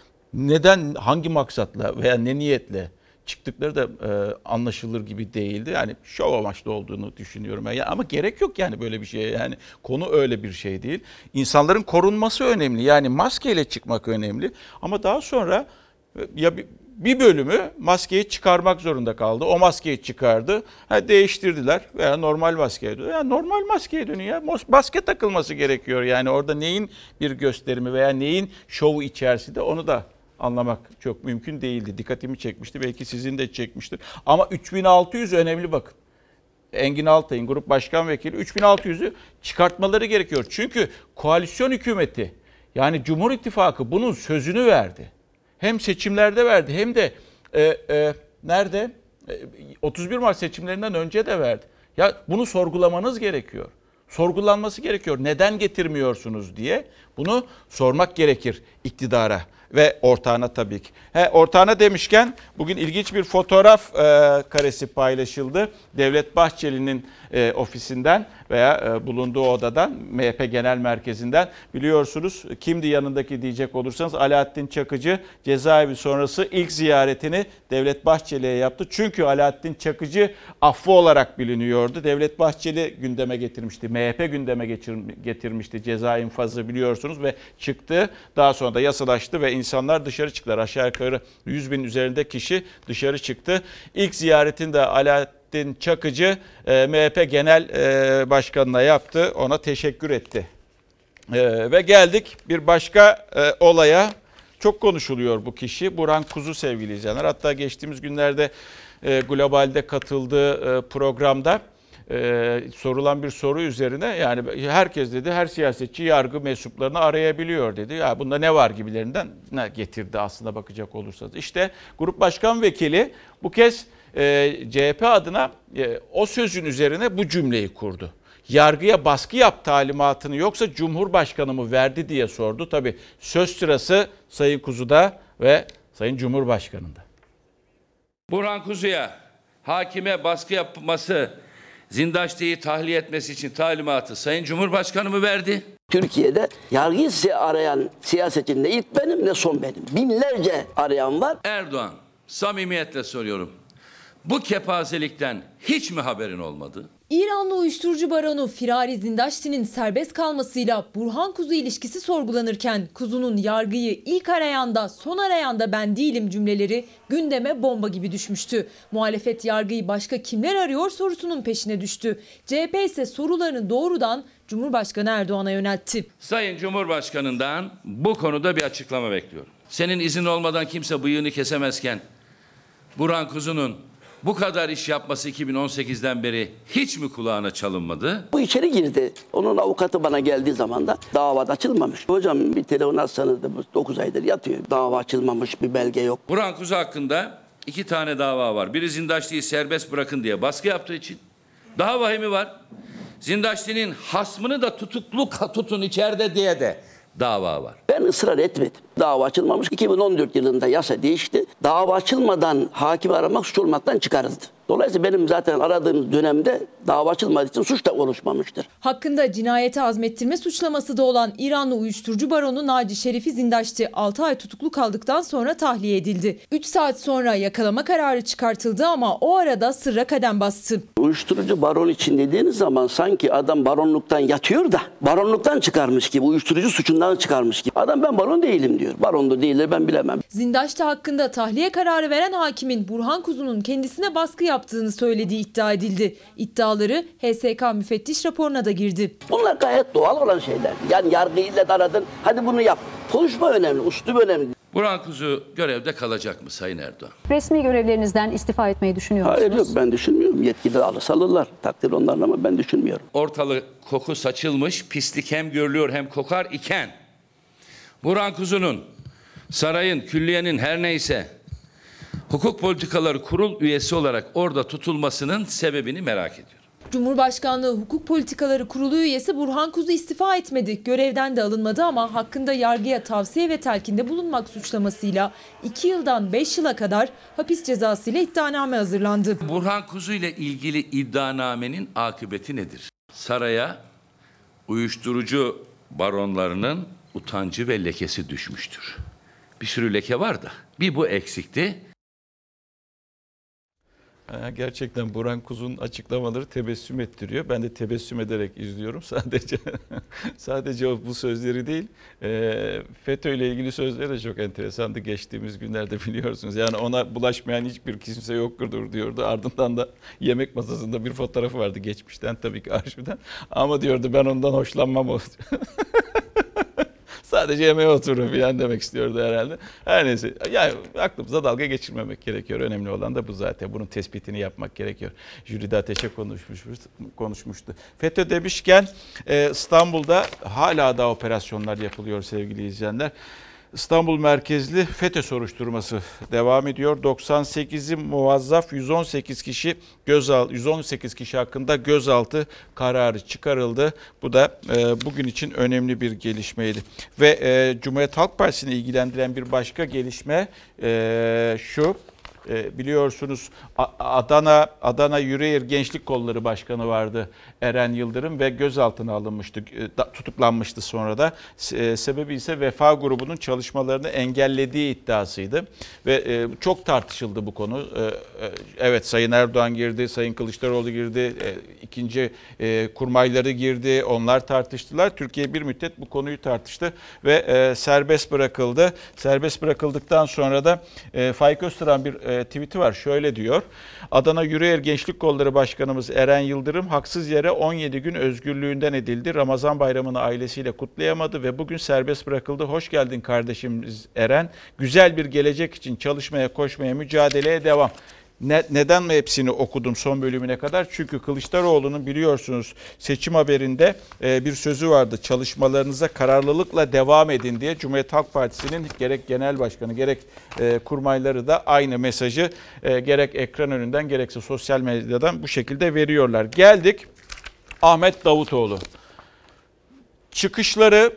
neden, hangi maksatla veya ne niyetle çıktıkları da e, anlaşılır gibi değildi. Yani şov amaçlı olduğunu düşünüyorum. Yani, ama gerek yok yani böyle bir şeye. Yani konu öyle bir şey değil. İnsanların korunması önemli. Yani maskeyle çıkmak önemli. Ama daha sonra ya bir, bir bölümü maskeyi çıkarmak zorunda kaldı. O maskeyi çıkardı. Ha, değiştirdiler veya normal maskeye dönüyor. Yani normal maskeye dönüyor. Ya. Maske takılması gerekiyor. Yani orada neyin bir gösterimi veya neyin şovu içerisinde onu da anlamak çok mümkün değildi. Dikkatimi çekmişti. Belki sizin de çekmiştir. Ama üç bin altı yüz önemli bakın. Engin Altay'ın grup başkan vekili üç bin altı yüzü çıkartmaları gerekiyor. Çünkü koalisyon hükümeti yani Cumhur İttifakı bunun sözünü verdi. Hem seçimlerde verdi hem de e, e, nerede? E, otuz bir Mart seçimlerinden önce de verdi. Ya bunu sorgulamanız gerekiyor. Sorgulanması gerekiyor. Neden getirmiyorsunuz diye bunu sormak gerekir iktidara ve ortağına tabii ki. He, ortağına demişken bugün ilginç bir fotoğraf e, karesi paylaşıldı. Devlet Bahçeli'nin e, ofisinden veya e, bulunduğu odadan, M H P Genel Merkezi'nden. Biliyorsunuz kimdi yanındaki diyecek olursanız Alaaddin Çakıcı cezaevi sonrası ilk ziyaretini Devlet Bahçeli'ye yaptı. Çünkü Alaaddin Çakıcı affı olarak biliniyordu. Devlet Bahçeli gündeme getirmişti. M H P gündeme getirmişti ceza infazı biliyorsunuz ve çıktı. Daha sonra da yasalaştı ve insanlar dışarı çıktılar. Aşağı yukarı yüz bin üzerinde kişi dışarı çıktı. İlk ziyaretinde Alaaddin Çakıcı M H P Genel Başkanı'na yaptı. Ona teşekkür etti. Ve geldik bir başka olaya. Çok konuşuluyor bu kişi. Burhan Kuzu sevgili izleyenler. Hatta geçtiğimiz günlerde Global'de katıldığı programda Ee, sorulan bir soru üzerine yani herkes dedi her siyasetçi yargı mensuplarını arayabiliyor dedi. Ya bunda ne var gibilerinden ne getirdi aslında bakacak olursanız. İşte Grup Başkan Vekili bu kez e, C H P adına e, o sözün üzerine bu cümleyi kurdu. Yargıya baskı yap talimatını yoksa Cumhurbaşkanı mı verdi diye sordu. Tabii söz sırası Sayın Kuzu'da ve Sayın Cumhurbaşkanı'nda. Burhan Kuzu'ya hakime baskı yapması, Zindaşti'yi tahliye etmesi için talimatı Sayın Cumhurbaşkanı mı verdi? Türkiye'de yargıyı arayan siyasetçinin ne ilk benim ne son benim. Binlerce arayan var. Erdoğan Samimiyetle soruyorum. Bu kepazelikten hiç mi haberin olmadı? İranlı uyuşturucu baronu Firari Zindaşti'nin serbest kalmasıyla Burhan Kuzu ilişkisi sorgulanırken Kuzu'nun yargıyı ilk arayan da son arayan da ben değilim cümleleri gündeme bomba gibi düşmüştü. Muhalefet yargıyı başka kimler arıyor sorusunun peşine düştü. C H P ise sorularını doğrudan Cumhurbaşkanı Erdoğan'a yöneltti. Sayın Cumhurbaşkanı'ndan bu konuda bir açıklama bekliyorum. Senin izin olmadan kimse bıyığını kesemezken Burhan Kuzu'nun bu kadar iş yapması iki bin on sekizden beri hiç mi kulağına çalınmadı? Bu içeri girdi. Onun avukatı bana geldiği zaman da dava açılmamış. Hocam bir telefon atsanız da dokuz aydır yatıyor. Dava açılmamış, bir belge yok. Burhan Kuzu hakkında iki tane dava var. Biri Zindaşti'yi serbest bırakın diye baskı yaptığı için. Daha vahimi var. Zindaşti'nin hasmını da tutuklu tutun içeride diye de dava var. Ben ısrar etmedim. Dava açılmamış. iki bin on dört yılında yasa değişti. Dava açılmadan hakimi aramak suç olmaktan çıkarıldı. Dolayısıyla benim zaten aradığım dönemde dava açılmadığı için suç da oluşmamıştır. Hakkında cinayete azmettirme suçlaması da olan İranlı uyuşturucu baronu Naci Şerifi Zindaşti altı ay tutuklu kaldıktan sonra tahliye edildi. üç saat sonra yakalama kararı çıkartıldı ama o arada sırra kadem bastı. Uyuşturucu baron için dediğiniz zaman sanki adam baronluktan yatıyor da baronluktan çıkarmış gibi, uyuşturucu suçundan çıkarmış gibi. Adam ben baron değilim diyor. Barondur değildir ben bilemem. Zindaşti hakkında tahliye kararı veren hakimin Burhan Kuzu'nun kendisine baskı yaptığını söylediği iddia edildi. İddiaları H S K müfettiş raporuna da girdi. Bunlar gayet doğal olan şeyler. Yani yargıyla da aradın, hadi bunu yap. Konuşma önemli, üslup önemli. Burhan Kuzu görevde kalacak mı Sayın Erdoğan? Resmi görevlerinizden istifa etmeyi düşünüyor musunuz? Hayır yok, ben düşünmüyorum. Yetkili alırsa alırlar. Takdir onların ama ben düşünmüyorum. Ortalık koku saçılmış, pislik hem görülüyor hem kokar iken Burhan Kuzu'nun sarayın, külliyenin her neyse Hukuk Politikaları Kurul üyesi olarak orada tutulmasının sebebini merak ediyorum. Cumhurbaşkanlığı Hukuk Politikaları Kurulu üyesi Burhan Kuzu istifa etmedi. Görevden de alınmadı ama hakkında yargıya tavsiye ve telkinde bulunmak suçlamasıyla iki yıldan beş yıla kadar hapis cezası ile iddianame hazırlandı. Burhan Kuzu ile ilgili iddianamenin akıbeti nedir? Saraya uyuşturucu baronlarının utancı ve lekesi düşmüştür. Bir sürü leke var da bir bu eksikti. Gerçekten Burhan Kuzu'nun açıklamaları tebessüm ettiriyor. Ben de tebessüm ederek izliyorum. Sadece sadece o bu sözleri değil, e, FETÖ ile ilgili sözleri de çok enteresandı geçtiğimiz günlerde biliyorsunuz. Yani ona bulaşmayan hiçbir kimse yoktur diyordu. Ardından da yemek masasında bir fotoğrafı vardı geçmişten tabii ki arşivden. Ama diyordu ben ondan hoşlanmam o. Sadece yemeğe oturun falan demek istiyordu herhalde. Her neyse yani aklımıza dalga geçirmemek gerekiyor. Önemli olan da bu zaten. Bunun tespitini yapmak gerekiyor. Jülide Ateş'e konuşmuş, konuşmuştu. FETÖ demişken İstanbul'da hala da operasyonlar yapılıyor sevgili izleyenler. İstanbul merkezli FETÖ soruşturması devam ediyor. doksan sekizi muvazzaf yüz on sekiz kişi gözaltı yüz on sekiz kişi hakkında gözaltı kararı çıkarıldı. Bu da e, bugün için önemli bir gelişmeydi. Ve e, Cumhuriyet Halk Partisi'ni ilgilendiren bir başka gelişme e, şu. Biliyorsunuz Adana Adana Yüreğir Gençlik Kolları Başkanı vardı Eren Yıldırım ve gözaltına alınmıştı, tutuklanmıştı sonra da. Sebebi ise Vefa grubunun çalışmalarını engellediği iddiasıydı ve çok tartışıldı bu konu. Evet, Sayın Erdoğan girdi, Sayın Kılıçdaroğlu girdi, ikinci kurmayları girdi, onlar tartıştılar. Türkiye bir müddet bu konuyu tartıştı ve serbest bırakıldı. Serbest bırakıldıktan sonra da Faik Öztürk'ün bir tweet'i var. Şöyle diyor. Adana Yüreğir Gençlik Kolları Başkanımız Eren Yıldırım haksız yere on yedi gün özgürlüğünden edildi. Ramazan bayramını ailesiyle kutlayamadı ve bugün serbest bırakıldı. Hoş geldin kardeşimiz Eren. Güzel bir gelecek için çalışmaya, koşmaya, mücadeleye devam. Ne, neden mi hepsini okudum son bölümüne kadar? Çünkü Kılıçdaroğlu'nun biliyorsunuz seçim haberinde e, bir sözü vardı. Çalışmalarınıza kararlılıkla devam edin diye. Cumhuriyet Halk Partisi'nin gerek genel başkanı gerek e, kurmayları da aynı mesajı e, gerek ekran önünden gerekse sosyal medyadan bu şekilde veriyorlar. Geldik Ahmet Davutoğlu. Çıkışları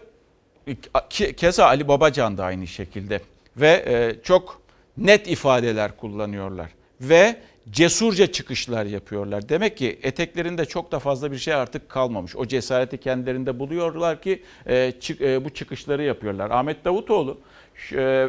keza Ali Babacan da aynı şekilde ve e, çok net ifadeler kullanıyorlar. Ve cesurca çıkışlar yapıyorlar. Demek ki eteklerinde çok da fazla bir şey artık kalmamış. O cesareti kendilerinde buluyorlar ki e, çık, e, bu çıkışları yapıyorlar. Ahmet Davutoğlu e, e,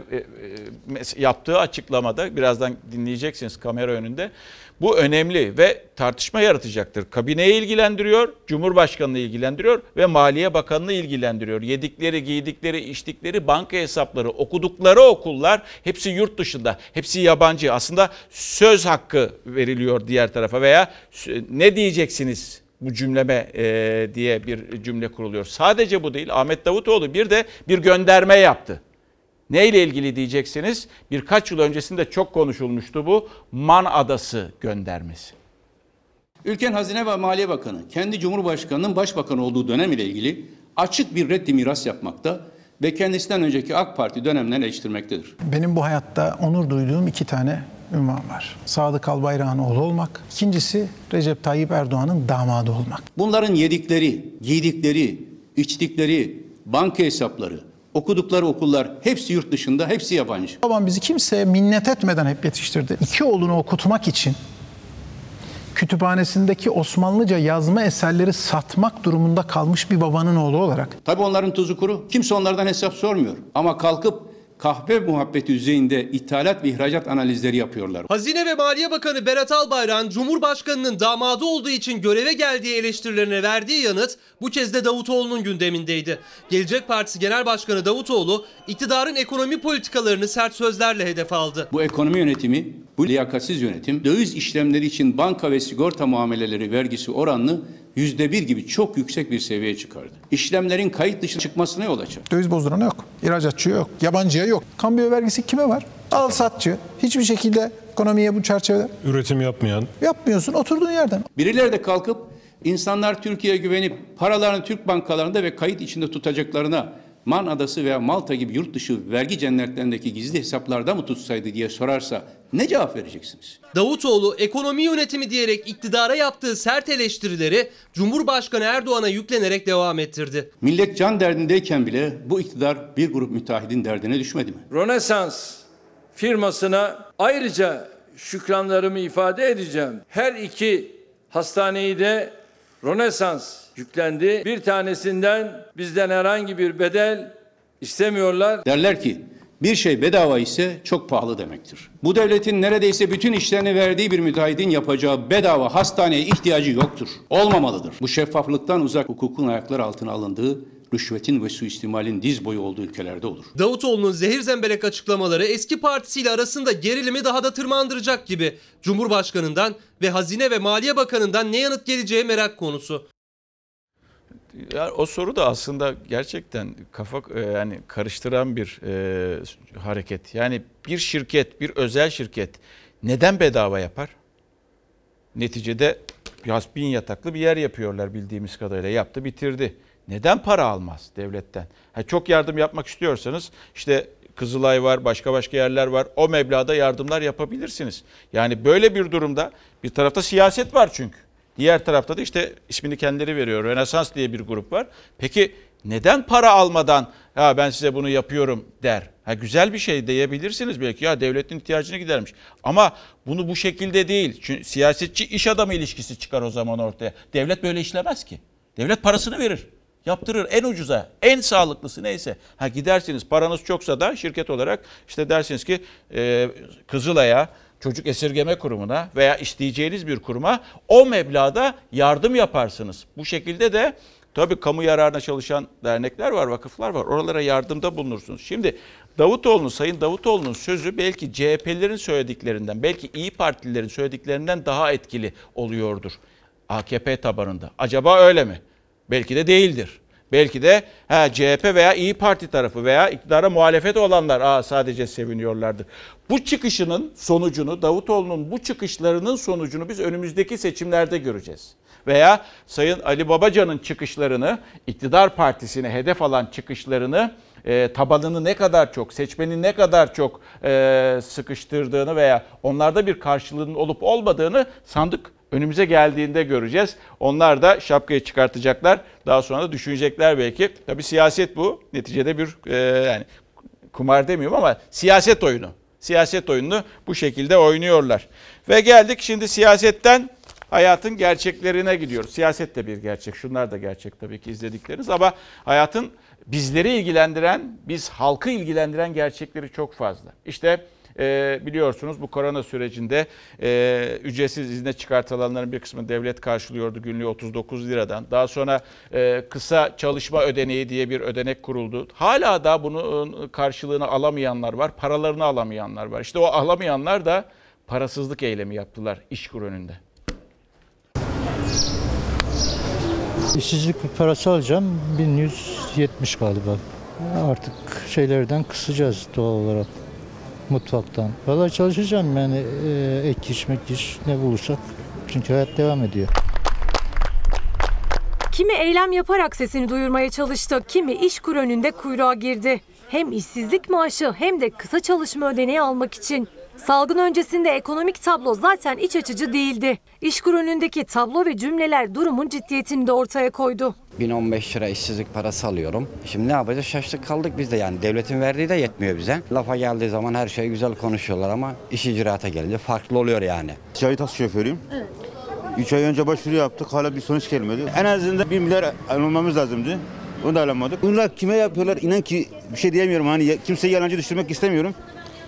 yaptığı açıklamada, birazdan dinleyeceksiniz kamera önünde. Bu önemli ve tartışma yaratacaktır. Kabineyi ilgilendiriyor, Cumhurbaşkanı'nı ilgilendiriyor ve Maliye Bakanı'nı ilgilendiriyor. Yedikleri, giydikleri, içtikleri, banka hesapları, okudukları okullar hepsi yurt dışında, hepsi yabancı. Aslında söz hakkı veriliyor diğer tarafa veya ne diyeceksiniz bu cümleme e, diye bir cümle kuruluyor. Sadece bu değil, Ahmet Davutoğlu bir de bir gönderme yaptı. Neyle ilgili diyeceksiniz? Birkaç yıl öncesinde çok konuşulmuştu bu Man Adası göndermesi. Ülkenin Hazine ve Maliye Bakanı kendi Cumhurbaşkanı'nın başbakan olduğu dönem ile ilgili açık bir reddi miras yapmakta ve kendisinden önceki AK Parti dönemlerini eleştirmektedir. Benim bu hayatta onur duyduğum iki tane ünvan var. Sadık Albayrak'ın oğlu olmak, ikincisi Recep Tayyip Erdoğan'ın damadı olmak. Bunların yedikleri, giydikleri, içtikleri, banka hesapları, okudukları okullar hepsi yurt dışında, hepsi yabancı. Babam bizi kimseye minnet etmeden hep yetiştirdi. İki oğlunu okutmak için kütüphanesindeki Osmanlıca yazma eserleri satmak durumunda kalmış bir babanın oğlu olarak. Tabii onların tuzu kuru. Kimse onlardan hesap sormuyor. Ama kalkıp kahve muhabbeti düzeyinde ithalat ve ihracat analizleri yapıyorlar. Hazine ve Maliye Bakanı Berat Albayrak'ın Cumhurbaşkanı'nın damadı olduğu için göreve geldiği eleştirilerine verdiği yanıt bu kez de Davutoğlu'nun gündemindeydi. Gelecek Partisi Genel Başkanı Davutoğlu iktidarın ekonomi politikalarını sert sözlerle hedef aldı. Bu ekonomi yönetimi, bu liyakatsiz yönetim döviz işlemleri için banka ve sigorta muameleleri vergisi oranını yüzde bir gibi çok yüksek bir seviyeye çıkardı. İşlemlerin kayıt dışı çıkmasına yol açar. Döviz bozdurana yok, ihracatçı yok, yabancıya yok. Kambiyo vergisi kime var? Al satçı. Hiçbir şekilde ekonomiye bu çerçevede üretim yapmayan. Yapmıyorsun oturduğun yerden. Birileri de kalkıp insanlar Türkiye'ye güvenip paralarını Türk bankalarında ve kayıt içinde tutacaklarına Man Adası veya Malta gibi yurt dışı vergi cennetlerindeki gizli hesaplarda mı tutsaydı diye sorarsa ne cevap vereceksiniz? Davutoğlu ekonomi yönetimi diyerek iktidara yaptığı sert eleştirileri Cumhurbaşkanı Erdoğan'a yüklenerek devam ettirdi. Millet can derdindeyken bile bu iktidar bir grup müteahhidin derdine düşmedi mi? Rönesans firmasına ayrıca şükranlarımı ifade edeceğim. Her iki hastaneyi de Rönesans yüklendi. Bir tanesinden bizden herhangi bir bedel istemiyorlar. Derler ki bir şey bedava ise çok pahalı demektir. Bu devletin neredeyse bütün işlerini verdiği bir müteahhidin yapacağı bedava hastaneye ihtiyacı yoktur. Olmamalıdır. Bu şeffaflıktan uzak, hukukun ayaklar altına alındığı, rüşvetin ve suistimalin diz boyu olduğu ülkelerde olur. Davutoğlu'nun zehir zemberek açıklamaları eski partisiyle arasında gerilimi daha da tırmandıracak gibi. Cumhurbaşkanından ve Hazine ve Maliye Bakanı'ndan ne yanıt geleceği merak konusu. Yani o soru da aslında gerçekten kafa yani karıştıran bir e, hareket. Yani bir şirket, bir özel şirket neden bedava yapar? Neticede bin yataklı bir yer yapıyorlar bildiğimiz kadarıyla. Yaptı, bitirdi. Neden para almaz devletten? Ha, çok yardım yapmak istiyorsanız işte Kızılay var, başka başka yerler var. O meblağda yardımlar yapabilirsiniz. Yani böyle bir durumda bir tarafta siyaset var çünkü. Diğer tarafta da işte ismini kendileri veriyor. Rönesans diye bir grup var. Peki neden para almadan ya ben size bunu yapıyorum der? Ha, güzel bir şey diyebilirsiniz belki, ya devletin ihtiyacını gidermiş. Ama bunu bu şekilde değil. Çünkü siyasetçi iş adamı ilişkisi çıkar o zaman ortaya. Devlet böyle işlemez ki. Devlet parasını verir. Yaptırır en ucuza, en sağlıklısı neyse. Ha, gidersiniz paranız çoksa da şirket olarak işte dersiniz ki e, Kızılay'a, Çocuk Esirgeme Kurumu'na veya isteyeceğiniz bir kuruma o meblağda yardım yaparsınız. Bu şekilde de tabii kamu yararına çalışan dernekler var, vakıflar var. Oralara yardımda bulunursunuz. Şimdi Davutoğlu'nun, Sayın Davutoğlu'nun sözü belki C H P'lilerin söylediklerinden, belki İyi Partililerin söylediklerinden daha etkili oluyordur A K P tabanında. Acaba öyle mi? Belki de değildir. Belki de he, C H P veya İyi Parti tarafı veya iktidara muhalefet olanlar aa, sadece seviniyorlardır. Bu çıkışının sonucunu, Davutoğlu'nun bu çıkışlarının sonucunu biz önümüzdeki seçimlerde göreceğiz. Veya Sayın Ali Babacan'ın çıkışlarını, iktidar partisine hedef alan çıkışlarını, e, tabanını ne kadar çok, seçmeni ne kadar çok e, sıkıştırdığını veya onlarda bir karşılığının olup olmadığını sandık önümüze geldiğinde göreceğiz. Onlar da şapkayı çıkartacaklar. Daha sonra da düşünecekler belki. Tabii siyaset bu. Neticede bir e, yani kumar demiyorum ama siyaset oyunu. Siyaset oyununu bu şekilde oynuyorlar. Ve geldik şimdi siyasetten hayatın gerçeklerine gidiyoruz. Siyaset de bir gerçek. Şunlar da gerçek tabii ki izledikleriniz ama hayatın bizleri ilgilendiren, biz halkı ilgilendiren gerçekleri çok fazla. İşte e, biliyorsunuz bu korona sürecinde e, ücretsiz izne çıkartılanların bir kısmını devlet karşılıyordu günlüğü otuz dokuz liradan. Daha sonra e, kısa çalışma ödeneği diye bir ödenek kuruldu. Hala da bunun karşılığını alamayanlar var, paralarını alamayanlar var. İşte o alamayanlar da parasızlık eylemi yaptılar İşkur önünde. İşsizlik parası alacağım bin yüz yetmiş galiba. Artık şeylerden kısacağız doğal olarak mutfaktan. Vallahi çalışacağım yani e, ek iş mek iş ne bulursak çünkü hayat devam ediyor. Kimi eylem yaparak sesini duyurmaya çalıştı, kimi İşkur önünde kuyruğa girdi. Hem işsizlik maaşı hem de kısa çalışma ödeneği almak için. Salgın öncesinde ekonomik tablo zaten iç açıcı değildi. İşkur önündeki tablo ve cümleler durumun ciddiyetini de ortaya koydu. bin on beş lira işsizlik parası alıyorum. Şimdi ne yapacağız? Şaştık kaldık biz de yani. Devletin verdiği de yetmiyor bize. Lafa geldiği zaman her şey güzel konuşuyorlar ama iş icraata gelince farklı oluyor yani. Ticaret taksi şoförüyüm. Evet. üç ay önce başvuru yaptık. Hala bir sonuç gelmedi. En azından bir milyar almamız lazımdı. Onu da alamadık. Bunlar kime yapıyorlar? İnan ki bir şey diyemiyorum. Hani kimseyi yalancı düşürmek istemiyorum.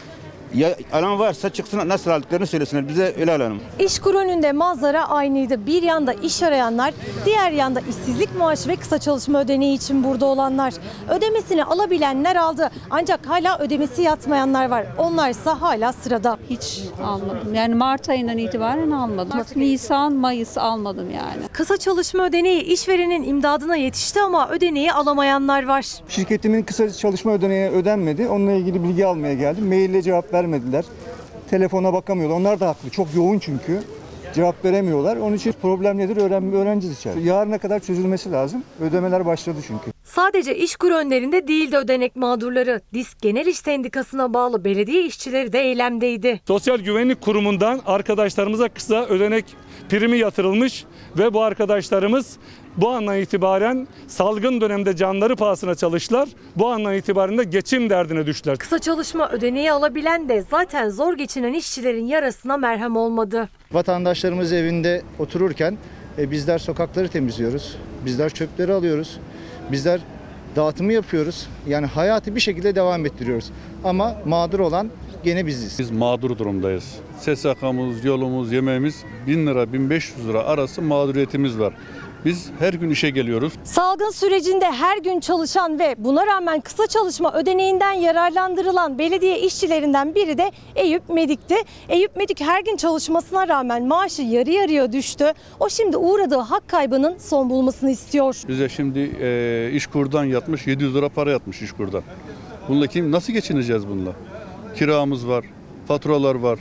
Ya alan varsa çıksın nasıl aldıklarını söylesinler. Bize öyle alalım. İşkur önünde manzara aynıydı. Bir yanda iş arayanlar, diğer yanda işsizlik maaşı ve kısa çalışma ödeneği için burada olanlar. Ödemesini alabilenler aldı. Ancak hala ödemesi yatmayanlar var. Onlarsa hala sırada. Hiç almadım. Yani Mart ayından itibaren almadım. Nisan, Mayıs almadım yani. Kısa çalışma ödeneği işverenin imdadına yetişti ama ödeneği alamayanlar var. Şirketimin kısa çalışma ödeneği ödenmedi. Onunla ilgili bilgi almaya geldim. Maille cevap vermediler. Telefona bakamıyorlar. Onlar da haklı. Çok yoğun çünkü. Cevap veremiyorlar. Onun için problem nedir öğren öğreneceğiz içeride. Yarına kadar çözülmesi lazım. Ödemeler başladı çünkü. Sadece İşkur önlerinde değil de ödenek mağdurları. DİSK Genel İş Sendikası'na bağlı belediye işçileri de eylemdeydi. Sosyal Güvenlik Kurumu'ndan arkadaşlarımıza kısa ödenek primi yatırılmış ve bu arkadaşlarımız bu andan itibaren salgın dönemde canları pahasına çalıştılar. Bu andan itibaren de geçim derdine düştüler. Kısa çalışma ödeneği alabilen de zaten zor geçinen işçilerin yarasına merhem olmadı. Vatandaşlarımız evinde otururken e, bizler sokakları temizliyoruz. Bizler çöpleri alıyoruz. Bizler dağıtımı yapıyoruz. Yani hayatı bir şekilde devam ettiriyoruz. Ama mağdur olan gene biziz. Biz mağdur durumdayız. S S K'mız, yolumuz, yemeğimiz bin lira bin beş yüz lira arası mağduriyetimiz var. Biz her gün işe geliyoruz. Salgın sürecinde her gün çalışan ve buna rağmen kısa çalışma ödeneğinden yararlandırılan belediye işçilerinden biri de Eyüp Medik'ti. Eyüp Medik her gün çalışmasına rağmen maaşı yarı yarıya düştü. O şimdi uğradığı hak kaybının son bulmasını istiyor. Bize şimdi e, İşkur'dan yatmış yedi yüz lira para yatmış İşkur'dan. Bununla kim nasıl geçineceğiz bununla? Kiramız var, faturalar var.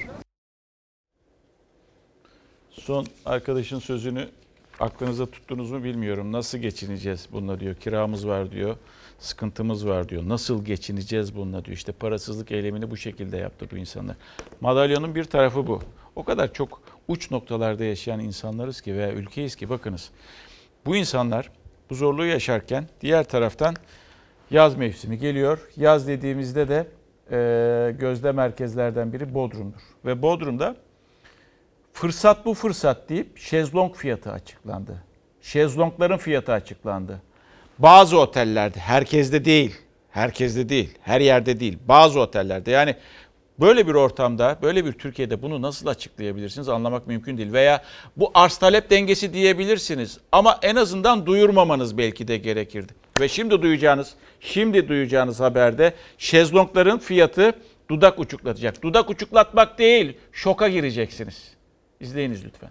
Son arkadaşın sözünü aklınıza tuttunuz mu bilmiyorum. Nasıl geçineceğiz bununla diyor. Kiramız var diyor. Sıkıntımız var diyor. Nasıl geçineceğiz bununla diyor. İşte parasızlık eylemini bu şekilde yaptı bu insanlar. Madalyonun bir tarafı bu. O kadar çok uç noktalarda yaşayan insanlarız ki veya ülkeyiz ki bakınız. Bu insanlar bu zorluğu yaşarken diğer taraftan yaz mevsimi geliyor. Yaz dediğimizde de e, gözde merkezlerden biri Bodrum'dur. Ve Bodrum'da fırsat bu fırsat deyip şezlong fiyatı açıklandı. Şezlongların fiyatı açıklandı. Bazı otellerde, herkeste değil, herkeste değil, her yerde değil, bazı otellerde. Yani böyle bir ortamda, böyle bir Türkiye'de bunu nasıl açıklayabilirsiniz anlamak mümkün değil. Veya bu arz talep dengesi diyebilirsiniz ama en azından duyurmamanız belki de gerekirdi. Ve şimdi duyacağınız, şimdi duyacağınız haberde şezlongların fiyatı dudak uçuklatacak. Dudak uçuklatmak değil, şoka gireceksiniz. İzleyiniz lütfen.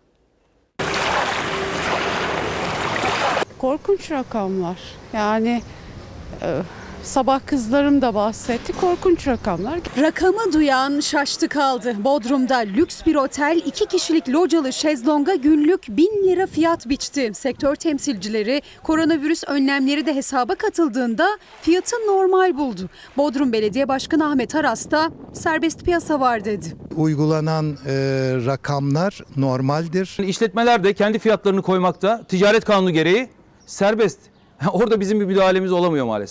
Korkunç rakamlar. Yani e, sabah kızlarım da bahsetti. Korkunç rakamlar. Rakamı duyan şaştı kaldı. Bodrum'da lüks bir otel iki kişilik localı şezlonga günlük bin lira fiyat biçti. Sektör temsilcileri koronavirüs önlemleri de hesaba katıldığında fiyatı normal buldu. Bodrum Belediye Başkanı Ahmet Aras da serbest piyasa var dedi. Uygulanan e, rakamlar normaldir. İşletmeler de kendi fiyatlarını koymakta. Ticaret kanunu gereği serbest. Orada bizim bir müdahalemiz olamıyor maalesef.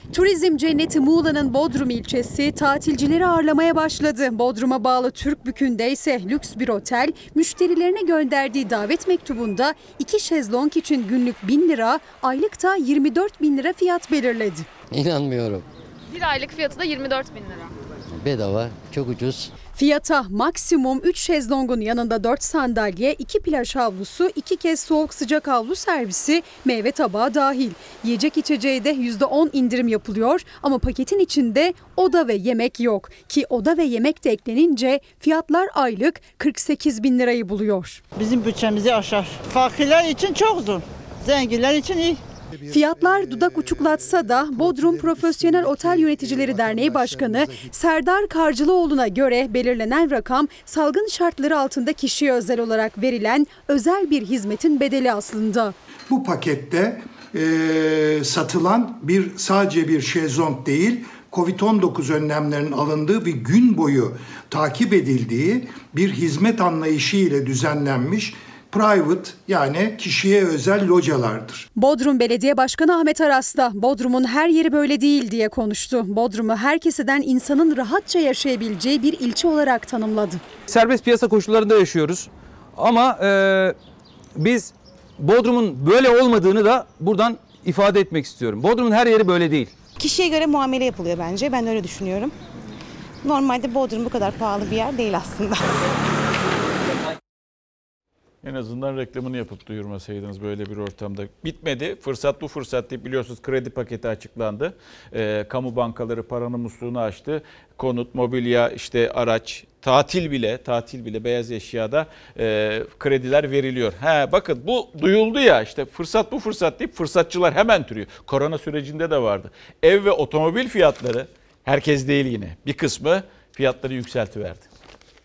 Turizm cenneti Muğla'nın Bodrum ilçesi tatilcileri ağırlamaya başladı. Bodrum'a bağlı Türkbükü'nde ise lüks bir otel müşterilerine gönderdiği davet mektubunda iki şezlong için günlük bin lira, aylıkta yirmi dört bin lira fiyat belirledi. İnanmıyorum. Bir aylık fiyatı da yirmi dört bin lira. Bedava, çok ucuz. Fiyata maksimum üç şezlongun yanında dört sandalye, iki plaj havlusu, iki kez soğuk sıcak havlu servisi, meyve tabağı dahil. Yiyecek içeceğe de yüzde on indirim yapılıyor ama paketin içinde oda ve yemek yok. Ki oda ve yemek de eklenince fiyatlar aylık kırk sekiz bin lirayı buluyor. Bizim bütçemizi aşar. Fakirler için çok zor, zenginler için iyi. Fiyatlar dudak uçuklatsa da Bodrum Profesyonel Otel Yöneticileri Derneği Başkanı Serdar Karcılıoğlu'na göre belirlenen rakam salgın şartları altında kişiye özel olarak verilen özel bir hizmetin bedeli aslında. Bu pakette e, satılan bir sadece bir şezlong değil, kovid on dokuz önlemlerinin alındığı ve gün boyu takip edildiği bir hizmet anlayışı ile düzenlenmiş private yani kişiye özel localardır. Bodrum Belediye Başkanı Ahmet Aras da Bodrum'un her yeri böyle değil diye konuştu. Bodrum'u her keseden insanın rahatça yaşayabileceği bir ilçe olarak tanımladı. Serbest piyasa koşullarında yaşıyoruz ama e, biz Bodrum'un böyle olmadığını da buradan ifade etmek istiyorum. Bodrum'un her yeri böyle değil. Kişiye göre muamele yapılıyor bence. Ben öyle düşünüyorum. Normalde Bodrum bu kadar pahalı bir yer değil aslında. En azından reklamını yapıp duyurmasaydınız böyle bir ortamda. Bitmedi. Fırsat bu fırsat deyip biliyorsunuz kredi paketi açıklandı. Ee, kamu bankaları paranın musluğunu açtı. Konut, mobilya, işte araç, tatil bile, tatil bile beyaz eşyada e, krediler veriliyor. He, bakın bu duyuldu ya, işte fırsat bu fırsat deyip fırsatçılar hemen türüyor. Korona sürecinde de vardı. Ev ve otomobil fiyatları, herkes değil yine, bir kısmı fiyatları yükseltiverdi.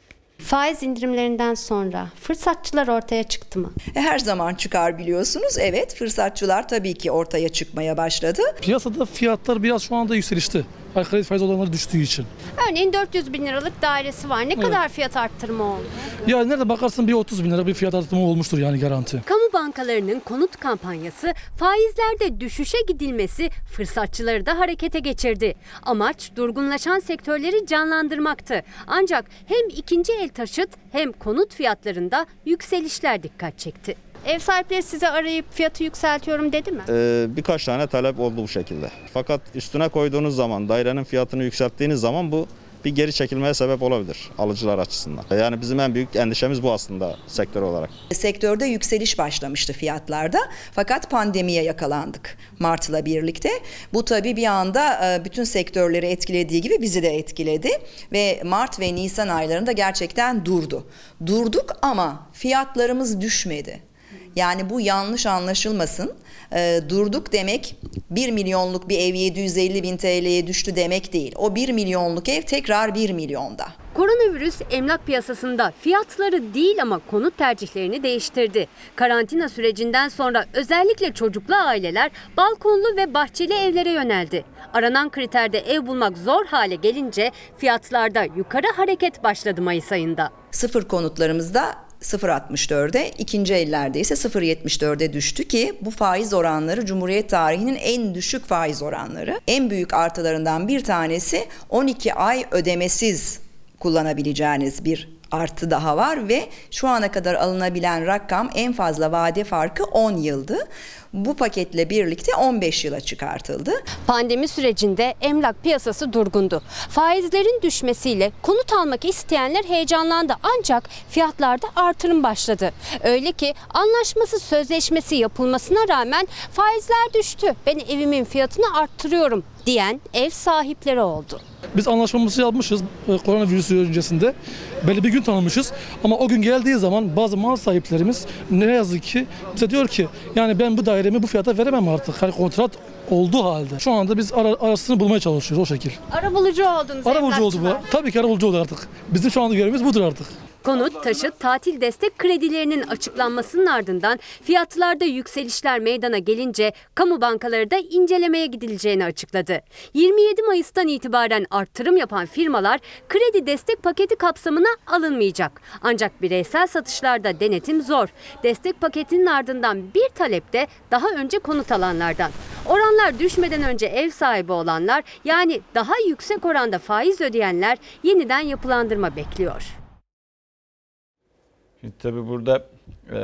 Faiz indirimlerinden sonra fırsatçılar ortaya çıktı mı? Her zaman çıkar biliyorsunuz. Evet, fırsatçılar tabii ki ortaya çıkmaya başladı. Piyasada fiyatlar biraz şu anda yükselişti. Kredi faiz oranları düştüğü için. Örneğin dört yüz bin liralık dairesi var. Ne evet. kadar fiyat arttırma oldu? Ya nerede bakarsın bir otuz bin lira bir fiyat arttırma olmuştur yani garanti. Kamu bankalarının konut kampanyası faizlerde düşüşe gidilmesi fırsatçıları da harekete geçirdi. Amaç durgunlaşan sektörleri canlandırmaktı. Ancak hem ikinci el taşıt hem konut fiyatlarında yükselişler dikkat çekti. Ev sahipleri size arayıp fiyatı yükseltiyorum dedi mi? Ee, birkaç tane talep oldu bu şekilde. Fakat üstüne koyduğunuz zaman, dairenin fiyatını yükselttiğiniz zaman bu bir geri çekilmeye sebep olabilir alıcılar açısından. Yani bizim en büyük endişemiz bu aslında sektör olarak. Sektörde yükseliş başlamıştı fiyatlarda fakat pandemiye yakalandık Mart'la birlikte. Bu tabii bir anda bütün sektörleri etkilediği gibi bizi de etkiledi ve Mart ve Nisan aylarında gerçekten durdu. Durduk ama fiyatlarımız düşmedi. Yani bu yanlış anlaşılmasın. E, durduk demek bir milyonluk bir ev yedi yüz elli bin T L'ye düştü demek değil. O bir milyonluk ev tekrar bir milyonda. Koronavirüs emlak piyasasında fiyatları değil ama konut tercihlerini değiştirdi. Karantina sürecinden sonra özellikle çocuklu aileler balkonlu ve bahçeli evlere yöneldi. Aranan kriterde ev bulmak zor hale gelince fiyatlarda yukarı hareket başladı Mayıs ayında. Sıfır konutlarımızda sıfır virgül altmış dörde, ikinci ellerde ise sıfır virgül yetmiş dörde düştü ki bu faiz oranları Cumhuriyet tarihinin en düşük faiz oranları. En büyük artılarından bir tanesi on iki ay ödemesiz kullanabileceğiniz bir artı daha var ve şu ana kadar alınabilen rakam en fazla vade farkı on yıldı. Bu paketle birlikte on beş yıla çıkartıldı. Pandemi sürecinde emlak piyasası durgundu. Faizlerin düşmesiyle konut almak isteyenler heyecanlandı ancak fiyatlarda artırım başladı. Öyle ki anlaşması sözleşmesi yapılmasına rağmen faizler düştü. Ben evimin fiyatını arttırıyorum diyen ev sahipleri oldu. Biz anlaşmamızı yapmışız koronavirüsü öncesinde. Belli bir gün tanımışız ama o gün geldiği zaman bazı mal sahiplerimiz ne yazık ki bize diyor ki yani ben bu dairemi bu fiyata veremem artık. Hani kontrat olduğu halde. Şu anda biz ara, arasını bulmaya çalışıyoruz o şekil. Arabulucu oldunuz. Arabulucu oldu bu. Tabii ki arabulucu oldu artık. Bizim şu anda görevimiz budur artık. Konut, taşıt, tatil destek kredilerinin açıklanmasının ardından fiyatlarda yükselişler meydana gelince kamu bankaları da incelemeye gidileceğini açıkladı. yirmi yedi Mayıs'tan itibaren arttırım yapan firmalar kredi destek paketi kapsamına alınmayacak. Ancak bireysel satışlarda denetim zor. Destek paketinin ardından bir talep de daha önce konut alanlardan. Oranlar düşmeden önce ev sahibi olanlar, yani daha yüksek oranda faiz ödeyenler yeniden yapılandırma bekliyor. Şimdi tabii burada e,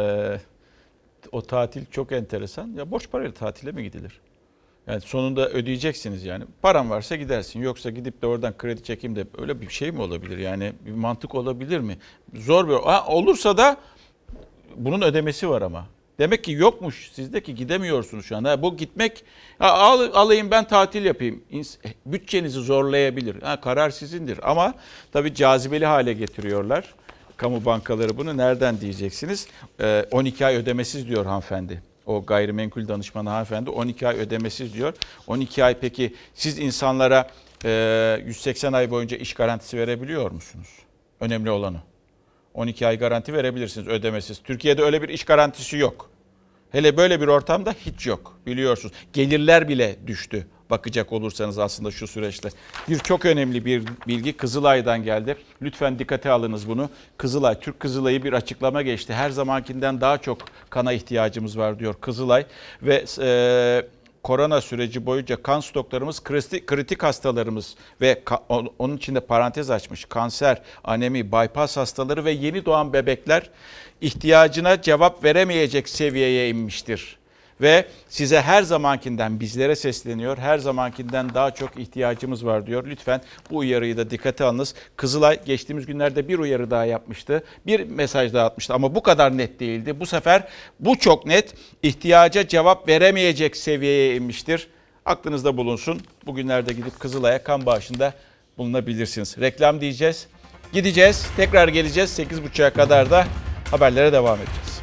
o tatil çok enteresan. Ya borç parayla tatile mi gidilir? Yani sonunda ödeyeceksiniz yani. Paran varsa gidersin. Yoksa gidip de oradan kredi çekeyim de öyle bir şey mi olabilir? Yani bir mantık olabilir mi? Zor bir... Ha, olursa da bunun ödemesi var ama. Demek ki yokmuş sizde ki gidemiyorsunuz şu an. Ha, bu gitmek, ha, al, alayım ben tatil yapayım. Bütçenizi zorlayabilir. Ha, karar sizindir ama tabii cazibeli hale getiriyorlar. Kamu bankaları bunu nereden diyeceksiniz? Ee, on iki ay ödemesiz diyor hanımefendi. O gayrimenkul danışmanı hanımefendi on iki ay ödemesiz diyor. on iki ay peki siz insanlara e, yüz seksen ay boyunca iş garantisi verebiliyor musunuz? Önemli olanı. on iki ay garanti verebilirsiniz ödemesiz. Türkiye'de öyle bir iş garantisi yok. Hele böyle bir ortamda hiç yok biliyorsunuz. Gelirler bile düştü bakacak olursanız aslında şu süreçte. Bir çok önemli bir bilgi Kızılay'dan geldi. Lütfen dikkate alınız bunu. Kızılay, Türk Kızılay'ı bir açıklama geçti. Her zamankinden daha çok kana ihtiyacımız var diyor Kızılay. Ve e, korona süreci boyunca kan stoklarımız, kritik, kritik hastalarımız ve ka, onun içinde parantez açmış kanser, anemi, bypass hastaları ve yeni doğan bebekler ihtiyacına cevap veremeyecek seviyeye inmiştir. Ve size her zamankinden bizlere sesleniyor. Her zamankinden daha çok ihtiyacımız var diyor. Lütfen bu uyarıyı da dikkate alınız. Kızılay geçtiğimiz günlerde bir uyarı daha yapmıştı. Bir mesaj daha atmıştı ama bu kadar net değildi. Bu sefer bu çok net, ihtiyaca cevap veremeyecek seviyeye inmiştir. Aklınızda bulunsun. Bugünlerde gidip Kızılay'a kan bağışında bulunabilirsiniz. Reklam diyeceğiz. Gideceğiz. Tekrar geleceğiz. sekiz buçuğa kadar da haberlere devam edeceğiz.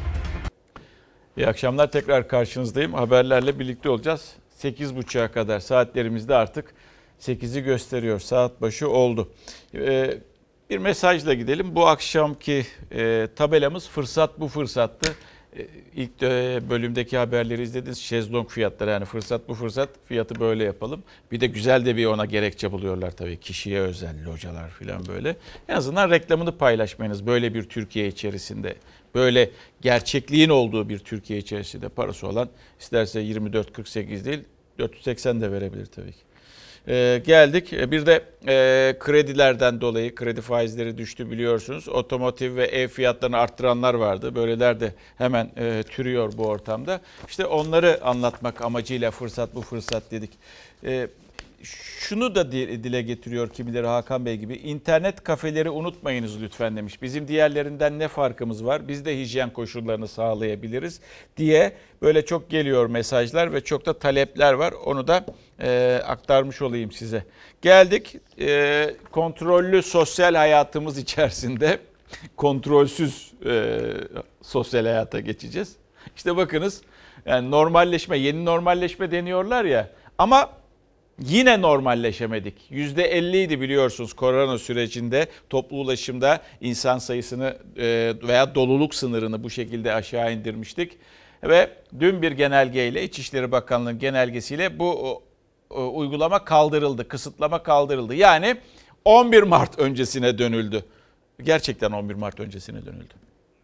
İyi akşamlar, tekrar karşınızdayım. Haberlerle birlikte olacağız. sekiz buçuğa kadar saatlerimizde artık sekizi gösteriyor. Saat başı oldu. Ee, bir mesajla gidelim. Bu akşamki e, tabelamız fırsat bu fırsattı. E, ilk de bölümdeki haberleri izlediniz. Şezlong fiyatları, yani fırsat bu fırsat, fiyatı böyle yapalım. Bir de güzel de bir ona gerekçe buluyorlar tabii. Kişiye özel localar falan böyle. En azından reklamını paylaşmayınız böyle bir Türkiye içerisinde. Böyle gerçekliğin olduğu bir Türkiye içerisinde parası olan isterse yirmi dört kırk sekiz değil dört yüz seksen de verebilir tabii ki. Ee, geldik. Bir de e, kredilerden dolayı kredi faizleri düştü biliyorsunuz. Otomotiv ve ev fiyatlarını arttıranlar vardı. Böyleler de hemen e, türüyor bu ortamda. İşte onları anlatmak amacıyla fırsat bu fırsat dedik. E, Şunu da dile getiriyor kimileri Hakan Bey gibi. İnternet kafeleri unutmayınız lütfen demiş. Bizim diğerlerinden ne farkımız var? Biz de hijyen koşullarını sağlayabiliriz diye böyle çok geliyor mesajlar ve çok da talepler var. Onu da e, aktarmış olayım size. Geldik e, kontrollü sosyal hayatımız içerisinde kontrolsüz e, sosyal hayata geçeceğiz. İşte bakınız, yani normalleşme, yeni normalleşme deniyorlar ya ama yine normalleşemedik. yüzde elli idi biliyorsunuz korona sürecinde toplu ulaşımda insan sayısını veya doluluk sınırını bu şekilde aşağı indirmiştik. Ve dün bir genelgeyle, İçişleri Bakanlığı'nın genelgesiyle bu uygulama kaldırıldı, kısıtlama kaldırıldı. Yani on bir Mart öncesine dönüldü. Gerçekten on bir Mart öncesine dönüldü.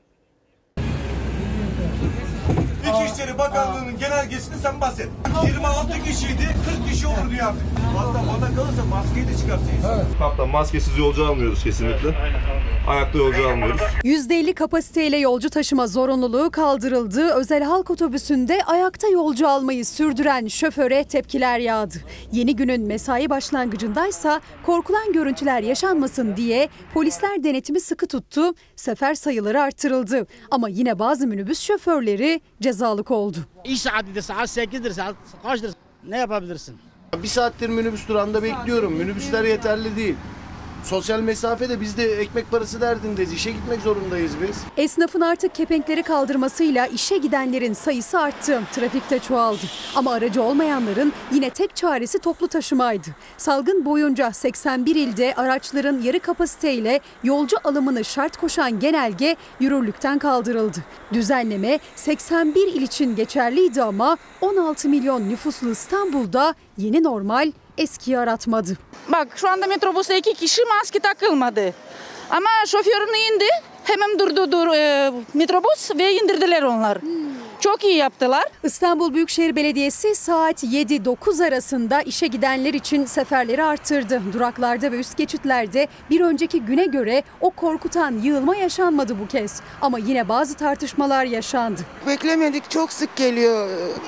İçişleri Bakanlığı'nın genelgesini sen bahset. yirmi altı kişiydi, kırk kişi olur diyor artık. Hatta bana kalırsa maskeyi de çıkartayız. Evet. Hatta maskesiz yolcu almıyoruz kesinlikle. Ayakta yolcu almıyoruz. yüzde elli kapasiteyle yolcu taşıma zorunluluğu kaldırıldı. Özel halk otobüsünde ayakta yolcu almayı sürdüren şoföre tepkiler yağdı. Yeni günün mesai başlangıcındaysa korkulan görüntüler yaşanmasın diye polisler denetimi sıkı tuttu. Sefer sayıları arttırıldı. Ama yine bazı minibüs şoförleri cezalık oldu. İş saatidir, saat sekizdir, saat kaçtır? Ne yapabilirsin? Bir saattir minibüs durağında bekliyorum. Minibüsler yeterli değil. Sosyal mesafede biz de ekmek parası derdindeyiz. İşe gitmek zorundayız biz. Esnafın artık kepenkleri kaldırmasıyla işe gidenlerin sayısı arttı. Trafikte çoğaldı. Ama aracı olmayanların yine tek çaresi toplu taşımaydı. Salgın boyunca seksen bir ilde araçların yarı kapasiteyle yolcu alımını şart koşan genelge yürürlükten kaldırıldı. Düzenleme seksen bir il için geçerliydi ama on altı milyon nüfuslu İstanbul'da yeni normal eskiyi aratmadı. Bak şu anda metrobüste iki kişi maske takılmadı. Ama şoförün indi, hemen durdu dur, e, metrobüs ve indirdiler onlar. Hmm. Çok iyi yaptılar. İstanbul Büyükşehir Belediyesi saat yedi dokuz arasında işe gidenler için seferleri arttırdı. Duraklarda ve üst geçitlerde bir önceki güne göre o korkutan yığılma yaşanmadı bu kez. Ama yine bazı tartışmalar yaşandı. Beklemedik, çok sık geliyor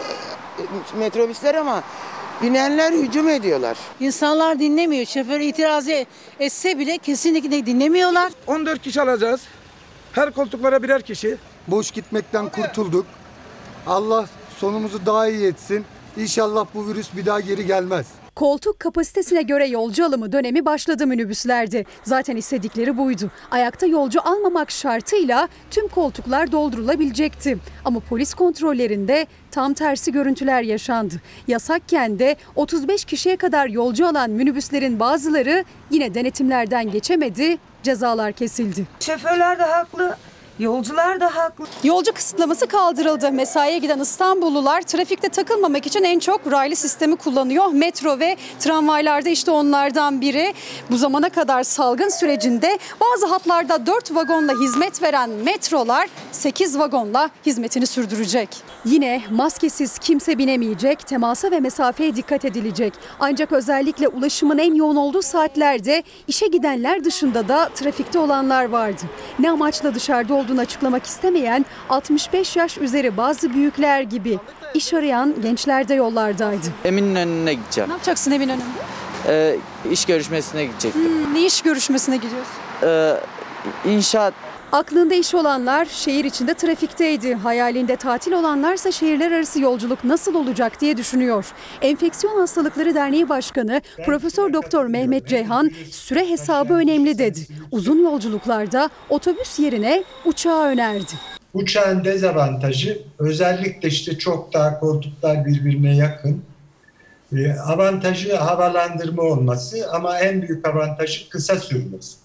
metrobüsler ama binenler hücum ediyorlar. İnsanlar dinlemiyor. Şoför itiraz etse bile kesinlikle dinlemiyorlar. on dört kişi alacağız. Her koltuklara birer kişi. Boş gitmekten kurtulduk. Allah sonumuzu daha iyi etsin. İnşallah bu virüs bir daha geri gelmez. Koltuk kapasitesine göre yolcu alımı dönemi başladı minibüslerde. Zaten istedikleri buydu. Ayakta yolcu almamak şartıyla tüm koltuklar doldurulabilecekti. Ama polis kontrollerinde tam tersi görüntüler yaşandı. Yasakken de otuz beş kişiye kadar yolcu alan minibüslerin bazıları yine denetimlerden geçemedi, cezalar kesildi. Şoförler de haklı. Yolcular da haklı. Yolcu kısıtlaması kaldırıldı. Mesaiye giden İstanbullular trafikte takılmamak için en çok raylı sistemi kullanıyor. Metro ve tramvaylarda işte onlardan biri. Bu zamana kadar salgın sürecinde bazı hatlarda dört vagonla hizmet veren metrolar sekiz vagonla hizmetini sürdürecek. Yine maskesiz kimse binemeyecek, temasa ve mesafeye dikkat edilecek. Ancak özellikle ulaşımın en yoğun olduğu saatlerde işe gidenler dışında da trafikte olanlar vardı. Ne amaçla dışarıda olduğunu açıklamak istemeyen altmış beş yaş üzeri bazı büyükler gibi iş arayan gençler de yollardaydı. Eminönü'ne gideceğim. Ne yapacaksın Eminönü'nde? Ee, iş görüşmesine gidecektim. Hmm, ne iş görüşmesine gidiyorsun? Ee, inşaat. Aklında iş olanlar şehir içinde trafikteydi. Hayalinde tatil olanlarsa şehirler arası yolculuk nasıl olacak diye düşünüyor. Enfeksiyon Hastalıkları Derneği Başkanı Profesör Doktor Mehmet Ceyhan süre hesabı önemli dedi. Uzun yolculuklarda otobüs yerine uçağı önerdi. Uçağın dezavantajı özellikle işte çok daha koltuklar birbirine yakın. Ee, avantajı havalandırma olması ama en büyük avantajı kısa sürmesi.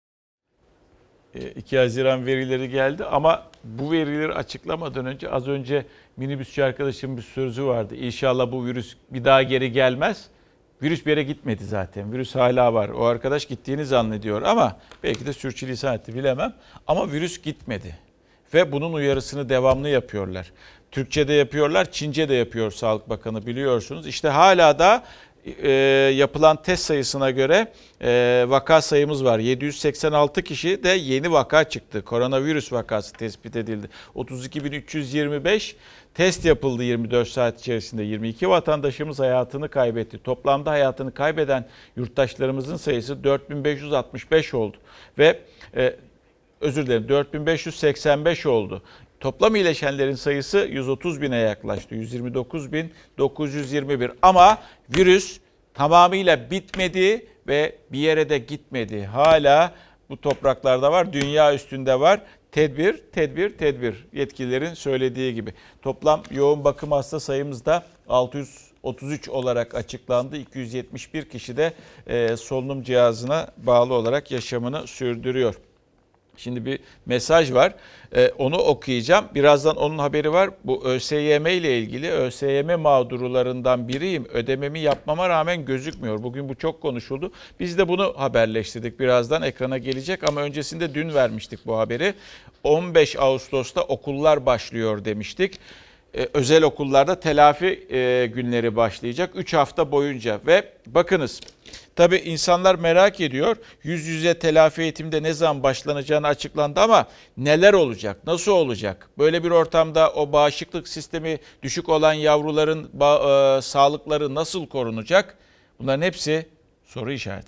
iki Haziran verileri geldi ama bu verileri açıklamadan önce az önce minibüsçü arkadaşımın bir sözü vardı. İnşallah bu virüs bir daha geri gelmez. Virüs bir yere gitmedi zaten. Virüs hala var. O arkadaş gittiğini zannediyor ama belki de sürçülisan etti, bilemem. Ama virüs gitmedi. Ve bunun uyarısını devamlı yapıyorlar. Türkçe'de yapıyorlar, Çince de yapıyor Sağlık Bakanı, biliyorsunuz. İşte hala da e, yapılan test sayısına göre e, vaka sayımız var. yedi yüz seksen altı kişi de yeni vaka çıktı. Koronavirüs vakası tespit edildi. otuz iki bin üç yüz yirmi beş test yapıldı yirmi dört saat içerisinde. yirmi iki vatandaşımız hayatını kaybetti. Toplamda hayatını kaybeden yurttaşlarımızın sayısı dört bin beş yüz altmış beş oldu. Ve e, özür dilerim dört bin beş yüz seksen beş oldu. Toplam iyileşenlerin sayısı yüz otuz bine yaklaştı. yüz yirmi dokuz bin dokuz yüz yirmi bir. Ama virüs tamamıyla bitmedi ve bir yere de gitmedi. Hala bu topraklarda var, dünya üstünde var. Tedbir, tedbir, tedbir. Yetkililerin söylediği gibi. Toplam yoğun bakım hasta sayımız da altı yüz otuz üç olarak açıklandı. iki yüz yetmiş bir kişi de e, solunum cihazına bağlı olarak yaşamını sürdürüyor. Şimdi bir mesaj var. Ee, onu okuyacağım. Birazdan onun haberi var. Bu ÖSYM ile ilgili. ÖSYM mağdurlarından biriyim. Ödememi yapmama rağmen gözükmüyor. Bugün bu çok konuşuldu. Biz de bunu haberleştirdik. Birazdan ekrana gelecek ama öncesinde dün vermiştik bu haberi. on beş Ağustos'ta okullar başlıyor demiştik. Ee, özel okullarda telafi e, günleri başlayacak. üç hafta boyunca ve bakınız. Tabii insanlar merak ediyor. Yüz yüze telafi eğitimde ne zaman başlanacağını açıklandı ama neler olacak, nasıl olacak? Böyle bir ortamda o bağışıklık sistemi düşük olan yavruların ba- e, sağlıkları nasıl korunacak? Bunların hepsi soru işareti.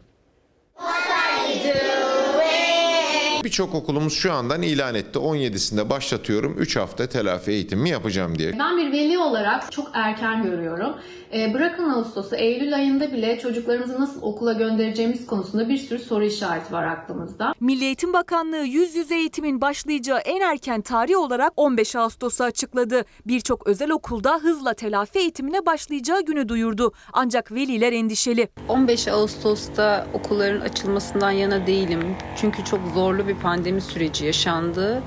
Birçok okulumuz şu andan ilan etti. on yedisinde başlatıyorum. üç hafta telafi eğitimi yapacağım diye. Ben bir veli olarak çok erken görüyorum. E, bırakın Ağustos'u, Eylül ayında bile çocuklarımızı nasıl okula göndereceğimiz konusunda bir sürü soru işareti var aklımızda. Milli Eğitim Bakanlığı yüz yüze eğitimin başlayacağı en erken tarih olarak on beş Ağustos'u açıkladı. Birçok özel okulda hızla telafi eğitimine başlayacağı günü duyurdu. Ancak veliler endişeli. on beş Ağustos'ta okulların açılmasından yana değilim. Çünkü çok zorlu bir pandemi süreci yaşandı.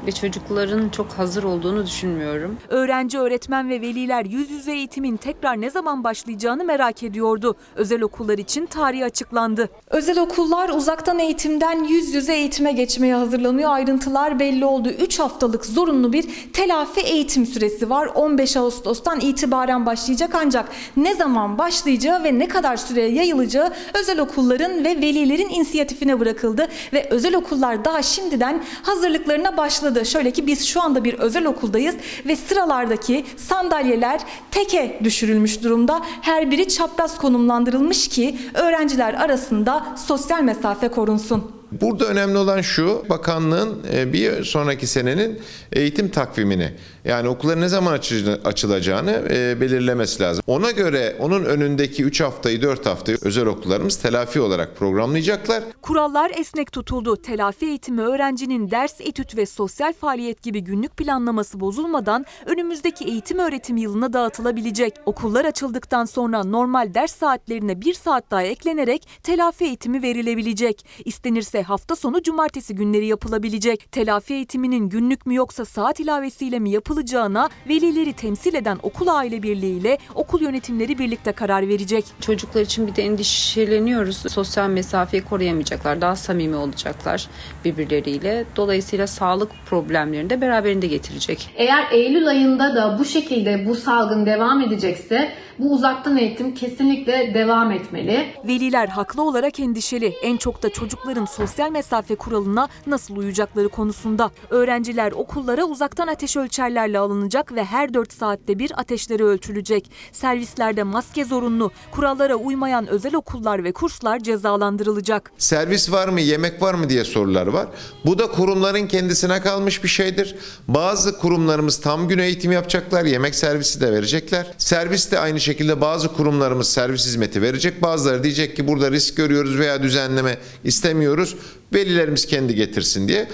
ve çocukların çok hazır olduğunu düşünmüyorum. Öğrenci, öğretmen ve veliler yüz yüze eğitimin tekrar ne zaman başlayacağını merak ediyordu. Özel okullar için tarih açıklandı. Özel okullar uzaktan eğitimden yüz yüze eğitime geçmeye hazırlanıyor. Ayrıntılar belli oldu. üç haftalık zorunlu bir telafi eğitim süresi var. on beş Ağustos'tan itibaren başlayacak, ancak ne zaman başlayacağı ve ne kadar süreye yayılacağı özel okulların ve velilerin inisiyatifine bırakıldı ve özel okullar daha şimdiden hazırlıklarına başladı. Şöyle ki biz şu anda bir özel okuldayız ve sıralardaki sandalyeler teke düşürülmüş durumda. Her biri çapraz konumlandırılmış ki öğrenciler arasında sosyal mesafe korunsun. Burada önemli olan şu, bakanlığın bir sonraki senenin eğitim takvimini, yani okulların ne zaman açılacağını belirlemesi lazım. Ona göre onun önündeki üç haftayı, dört haftayı özel okullarımız telafi olarak programlayacaklar. Kurallar esnek tutuldu. Telafi eğitimi öğrencinin ders, etüt ve sosyal faaliyet gibi günlük planlaması bozulmadan önümüzdeki eğitim öğretim yılına dağıtılabilecek. Okullar açıldıktan sonra normal ders saatlerine bir saat daha eklenerek telafi eğitimi verilebilecek. İstenirse hafta sonu cumartesi günleri yapılabilecek. Telafi eğitiminin günlük mü yoksa saat ilavesiyle mi yapılacağına velileri temsil eden okul aile birliği ile okul yönetimleri birlikte karar verecek. Çocuklar için bir de endişeleniyoruz. Sosyal mesafeyi koruyamayacaklar, daha samimi olacaklar birbirleriyle. Dolayısıyla sağlık problemlerini de beraberinde getirecek. Eğer Eylül ayında da bu şekilde bu salgın devam edecekse bu uzaktan eğitim kesinlikle devam etmeli. Veliler haklı olarak endişeli. En çok da çocukların sosyal mesafe kuralına nasıl uyacakları konusunda. Öğrenciler okullara uzaktan ateş ölçerlerle alınacak ve her dört saatte bir ateşleri ölçülecek. Servislerde maske zorunlu. Kurallara uymayan özel okullar ve kurslar cezalandırılacak. Servis var mı, yemek var mı diye sorular var. Bu da kurumların kendisine kalmış bir şeydir. Bazı kurumlarımız tam gün eğitim yapacaklar, yemek servisi de verecekler. Servis de aynı şekilde bazı kurumlarımız servis hizmeti verecek. Bazıları diyecek ki burada risk görüyoruz veya düzenleme istemiyoruz. Velilerimiz kendi getirsin diye.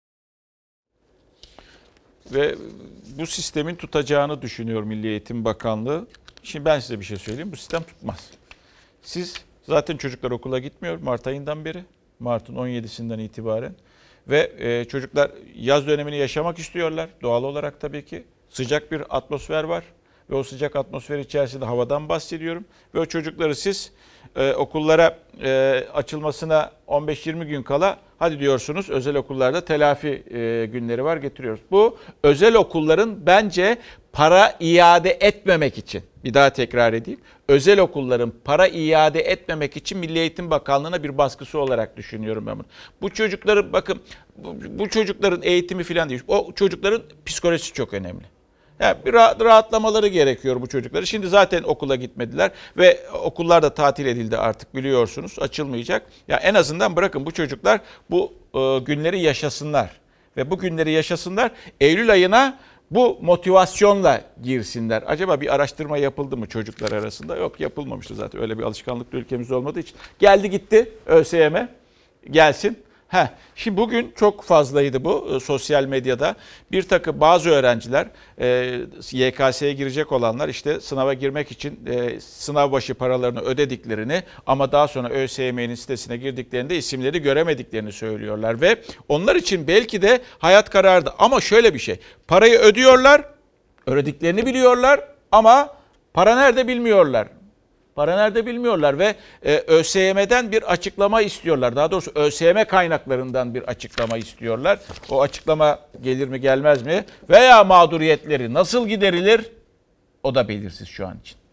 Ve bu sistemin tutacağını düşünüyor Milli Eğitim Bakanlığı. Şimdi ben size bir şey söyleyeyim. Bu sistem tutmaz. Siz zaten çocuklar okula gitmiyor Mart ayından beri. Mart'ın on yedisinden itibaren. Ve e, çocuklar yaz dönemini yaşamak istiyorlar. Doğal olarak tabii ki. Sıcak bir atmosfer var. Ve o sıcak atmosfer içerisinde havadan bahsediyorum. Ve o çocukları siz e, okullara e, açılmasına on beş yirmi gün kala hadi diyorsunuz özel okullarda telafi e, günleri var, getiriyoruz. Bu özel okulların bence para iade etmemek için, bir daha tekrar edeyim. Özel okulların para iade etmemek için Milli Eğitim Bakanlığı'na bir baskısı olarak düşünüyorum ben bunu. Bu çocukların bakın bu, bu çocukların eğitimi falan değil. O çocukların psikolojisi çok önemli. Yani bir rahatlamaları gerekiyor bu çocukları. Şimdi zaten okula gitmediler ve okullar da tatil edildi artık biliyorsunuz. Açılmayacak. Ya en azından bırakın bu çocuklar bu e, günleri yaşasınlar. Ve bu günleri yaşasınlar. Eylül ayına bu motivasyonla girsinler. Acaba bir araştırma yapıldı mı çocuklar arasında? Yok, yapılmamıştı zaten. Öyle bir alışkanlık da ülkemizde olmadığı için. Geldi gitti ÖSYM. Gelsin. Heh, şimdi bugün çok fazlaydı bu e, sosyal medyada. Bir takım bazı öğrenciler e, Y K S'ye girecek olanlar işte sınava girmek için e, sınav başı paralarını ödediklerini ama daha sonra ÖSYM'nin sitesine girdiklerinde isimleri göremediklerini söylüyorlar. Ve onlar için belki de hayat karardı. Ama şöyle bir şey, parayı ödüyorlar, ödediklerini biliyorlar ama para nerede bilmiyorlar. Para nerede bilmiyorlar ve e, ÖSYM'den bir açıklama istiyorlar. Daha doğrusu ÖSYM kaynaklarından bir açıklama istiyorlar. O açıklama gelir mi gelmez mi? Veya mağduriyetleri nasıl giderilir? O da belirsiz şu an için.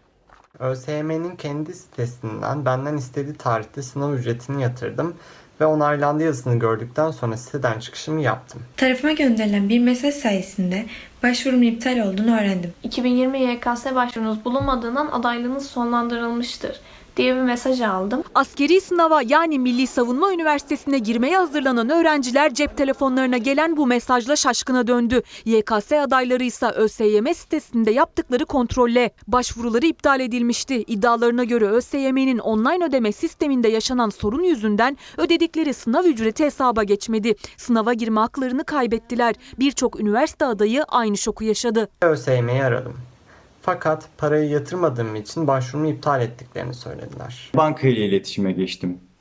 ÖSYM'nin kendi sitesinden benden istediği tarihte sınav ücretini yatırdım ve onaylandı yazısını gördükten sonra siteden çıkışımı yaptım. Tarafıma gönderilen bir mesaj sayesinde başvurum iptal olduğunu öğrendim. iki bin yirmi Y K S başvurunuz bulunmadığından adaylığınız sonlandırılmıştır diye bir mesaj aldım. Askeri sınava yani Milli Savunma Üniversitesi'ne girmeye hazırlanan öğrenciler cep telefonlarına gelen bu mesajla şaşkına döndü. Y K S adayları ise ÖSYM sitesinde yaptıkları kontrolle başvuruları iptal edilmişti. İddialarına göre ÖSYM'nin online ödeme sisteminde yaşanan sorun yüzünden ödedikleri sınav ücreti hesaba geçmedi. Sınava girme haklarını kaybettiler. Birçok üniversite adayı aynı şoku yaşadı. ÖSYM'yi aradım. Fakat parayı yatırmadığım için başvurumu iptal ettiklerini söylediler. Banka ile iletişime geçtim.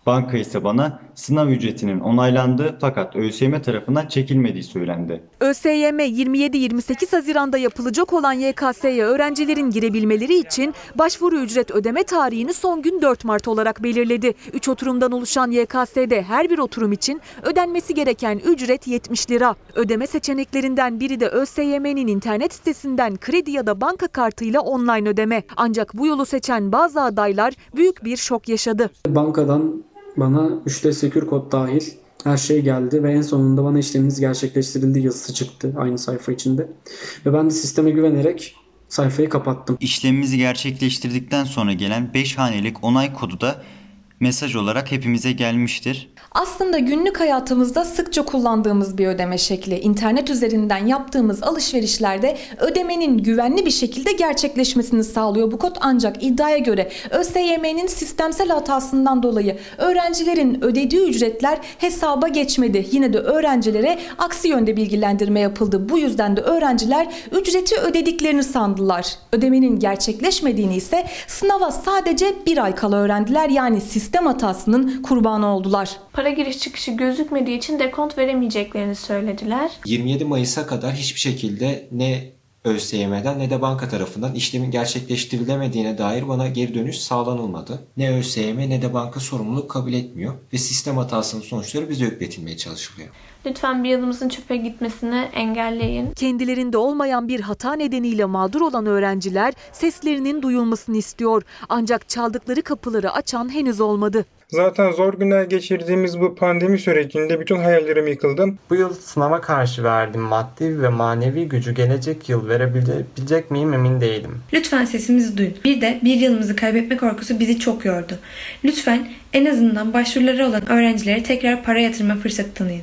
Banka ise bana sınav ücretinin onaylandığı fakat ÖSYM tarafından çekilmediği söylendi. ÖSYM yirmi yedi yirmi sekiz Haziran'da yapılacak olan Y K S'ye öğrencilerin girebilmeleri için başvuru ücret ödeme tarihini son gün dört Mart olarak belirledi. üç oturumdan oluşan Y K S'de her bir oturum için ödenmesi gereken ücret yetmiş lira. Ödeme seçeneklerinden biri de ÖSYM'nin internet sitesinden kredi ya da banka kartıyla online ödeme. Ancak bu yolu seçen bazı adaylar büyük bir şok yaşadı. Bankadan bana üç D Secure kod dahil her şey geldi ve en sonunda bana işleminiz gerçekleştirildi yazısı çıktı aynı sayfa içinde. Ve ben de sisteme güvenerek sayfayı kapattım. İşlemimizi gerçekleştirdikten sonra gelen beş hanelik onay kodu da mesaj olarak hepimize gelmiştir. Aslında günlük hayatımızda sıkça kullandığımız bir ödeme şekli. İnternet üzerinden yaptığımız alışverişlerde ödemenin güvenli bir şekilde gerçekleşmesini sağlıyor bu kod. Ancak iddiaya göre ÖSYM'nin sistemsel hatasından dolayı öğrencilerin ödediği ücretler hesaba geçmedi. Yine de öğrencilere aksi yönde bilgilendirme yapıldı. Bu yüzden de öğrenciler ücreti ödediklerini sandılar. Ödemenin gerçekleşmediğini ise sınava sadece bir ay kala öğrendiler. Yani sistem hatasının kurbanı oldular. Para giriş çıkışı gözükmediği için dekont veremeyeceklerini söylediler. yirmi yedi Mayıs'a kadar hiçbir şekilde ne ÖSYM'den ne de banka tarafından işlemin gerçekleştirilemediğine dair bana geri dönüş sağlanılmadı. Ne ÖSYM ne de banka sorumluluk kabul etmiyor ve sistem hatasının sonuçları bize yükletilmeye çalışılıyor. Lütfen bir yılımızın çöpe gitmesini engelleyin. Kendilerinde olmayan bir hata nedeniyle mağdur olan öğrenciler seslerinin duyulmasını istiyor. Ancak çaldıkları kapıları açan henüz olmadı. Zaten zor günler geçirdiğimiz bu pandemi sürecinde bütün hayallerim yıkıldı. Bu yıl sınava karşı verdiğim maddi ve manevi gücü gelecek yıl verebilecek miyim emin değilim. Lütfen sesimizi duyun. Bir de bir yılımızı kaybetme korkusu bizi çok yordu. Lütfen en azından başvuruları olan öğrencilere tekrar para yatırma fırsatı tanıyın.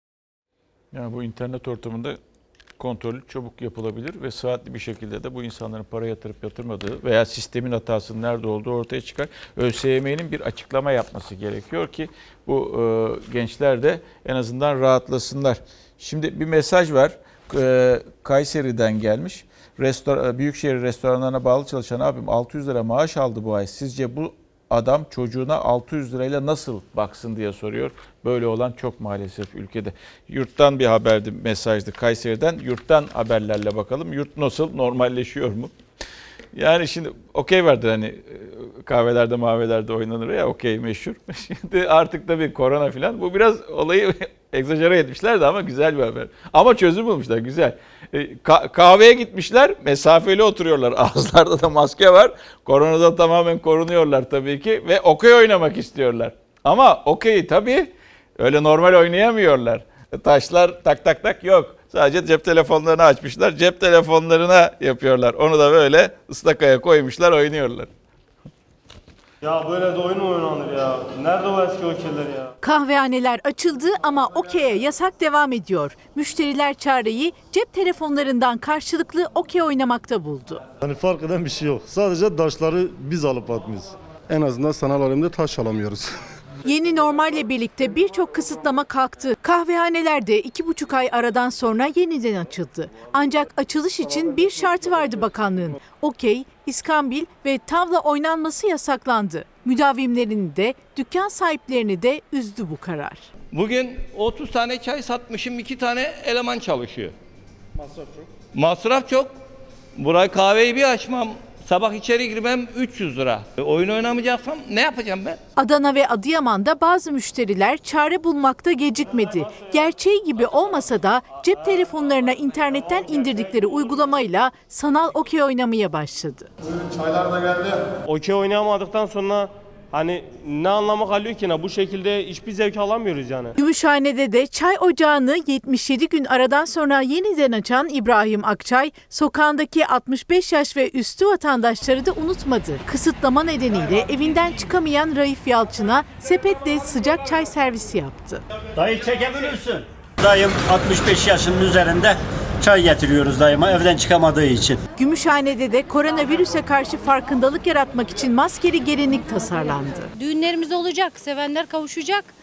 Yani bu internet ortamında kontrolü çabuk yapılabilir ve saatli bir şekilde de bu insanların para yatırıp yatırmadığı veya sistemin hatasının nerede olduğu ortaya çıkar. ÖSYM'nin bir açıklama yapması gerekiyor ki bu e, gençler de en azından rahatlasınlar. Şimdi bir mesaj var. E, Kayseri'den gelmiş. Restor Büyükşehir restoranlarına bağlı çalışan abim altı yüz lira maaş aldı bu ay. Sizce bu adam çocuğuna altı yüz lirayla nasıl baksın diye soruyor. Böyle olan çok maalesef ülkede. Yurttan bir haberdi, mesajdı Kayseri'den. Yurttan haberlerle bakalım. Yurt nasıl? Normalleşiyor mu? Yani şimdi okey vardır hani kahvelerde mavelerde oynanır ya, okey meşhur. Şimdi artık tabii korona falan. Bu biraz olayı egzajere etmişler de ama güzel bir haber. Ama çözüm bulmuşlar, güzel. Ka- kahveye gitmişler, mesafeli oturuyorlar. Ağızlarda da maske var. Koronadan tamamen korunuyorlar tabii ki. Ve okey oynamak istiyorlar. Ama okeyi tabii öyle normal oynayamıyorlar. Taşlar tak tak tak yok. Sadece cep telefonlarını açmışlar. Cep telefonlarına yapıyorlar. Onu da böyle ıstakaya koymuşlar, oynuyorlar. Ya böyle de oyun mu oynanır ya? Nerede o eski okeyler ya? Kahvehaneler açıldı ama okey'e yasak devam ediyor. Müşteriler çareyi cep telefonlarından karşılıklı okey oynamakta buldu. Hani fark eden bir şey yok. Sadece taşları biz alıp atmıyoruz. En azından sanal alemde taş alamıyoruz. Yeni normalle birlikte birçok kısıtlama kalktı. Kahvehaneler de iki buçuk ay aradan sonra yeniden açıldı. Ancak açılış için bir şartı vardı bakanlığın. Okey, iskambil ve tavla oynanması yasaklandı. Müdavimlerini de dükkan sahiplerini de üzdü bu karar. Bugün otuz tane çay satmışım, iki tane eleman çalışıyor. Masraf çok. Masraf çok. Burayı kahveyi bir açmam, sabah içeri girmem üç yüz lira. E, oyun oynamayacaksam ne yapacağım ben? Adana ve Adıyaman'da bazı müşteriler çare bulmakta gecikmedi. Gerçeği gibi olmasa da cep telefonlarına internetten indirdikleri uygulamayla sanal okey oynamaya başladı. Çaylar da geldi. Okey oynayamadıktan sonra hani ne anlamı kalıyor ki ne? Bu şekilde hiçbir zevk alamıyoruz yani. Gümüşhane'de de çay ocağını yetmiş yedi gün aradan sonra yeniden açan İbrahim Akçay, sokağındaki altmış beş yaş ve üstü vatandaşları da unutmadı. Kısıtlama nedeniyle evinden çıkamayan Raif Yalçın'a sepetle sıcak çay servisi yaptı. Dayı çekebilirsin. Dayım altmış beş yaşının üzerinde, çay getiriyoruz dayıma evden çıkamadığı için. Gümüşhane'de de koronavirüse karşı farkındalık yaratmak için maskeli gelinlik tasarlandı. Düğünlerimiz olacak, sevenler kavuşacak.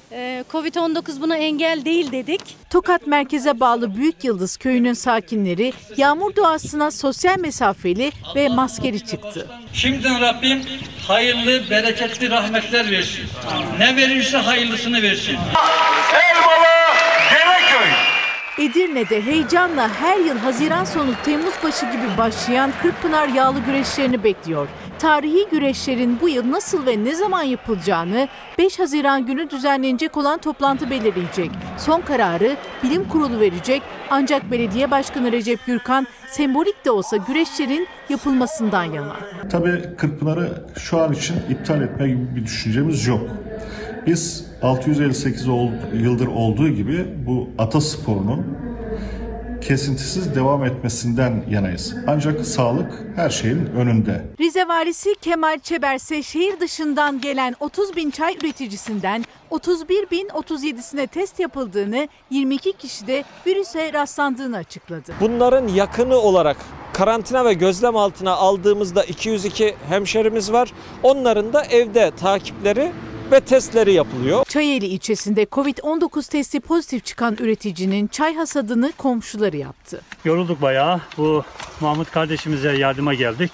kovid on dokuz buna engel değil dedik. Tokat merkeze bağlı Büyük Yıldız köyünün sakinleri yağmur duasına sosyal mesafeli ve maskeli çıktı. Şimdiden Rabbim hayırlı, bereketli rahmetler versin. Ne verirse hayırlısını versin. Elmalı Dereköy. Edirne'de heyecanla her yıl Haziran sonu Temmuz başı gibi başlayan Kırkpınar yağlı güreşlerini bekliyor. Tarihi güreşlerin bu yıl nasıl ve ne zaman yapılacağını beş Haziran günü düzenlenecek olan toplantı belirleyecek. Son kararı bilim kurulu verecek ancak belediye başkanı Recep Gürkan sembolik de olsa güreşlerin yapılmasından yana. Tabii Kırkpınar'ı şu an için iptal etme gibi bir düşüncemiz yok. Biz altı yüz elli sekiz yıldır olduğu gibi bu atasporunun kesintisiz devam etmesinden yanayız. Ancak sağlık her şeyin önünde. Rize Valisi Kemal Çeber ise şehir dışından gelen otuz bin çay üreticisinden otuz bir bin otuz yedisine test yapıldığını, yirmi iki kişide virüse rastlandığını açıkladı. Bunların yakını olarak karantina ve gözlem altına aldığımızda iki yüz iki hemşerimiz var. Onların da evde takipleri ve testleri yapılıyor. Çayeli ilçesinde kovid on dokuz testi pozitif çıkan üreticinin çay hasadını komşuları yaptı. Yorulduk bayağı. Bu Mahmut kardeşimize yardıma geldik.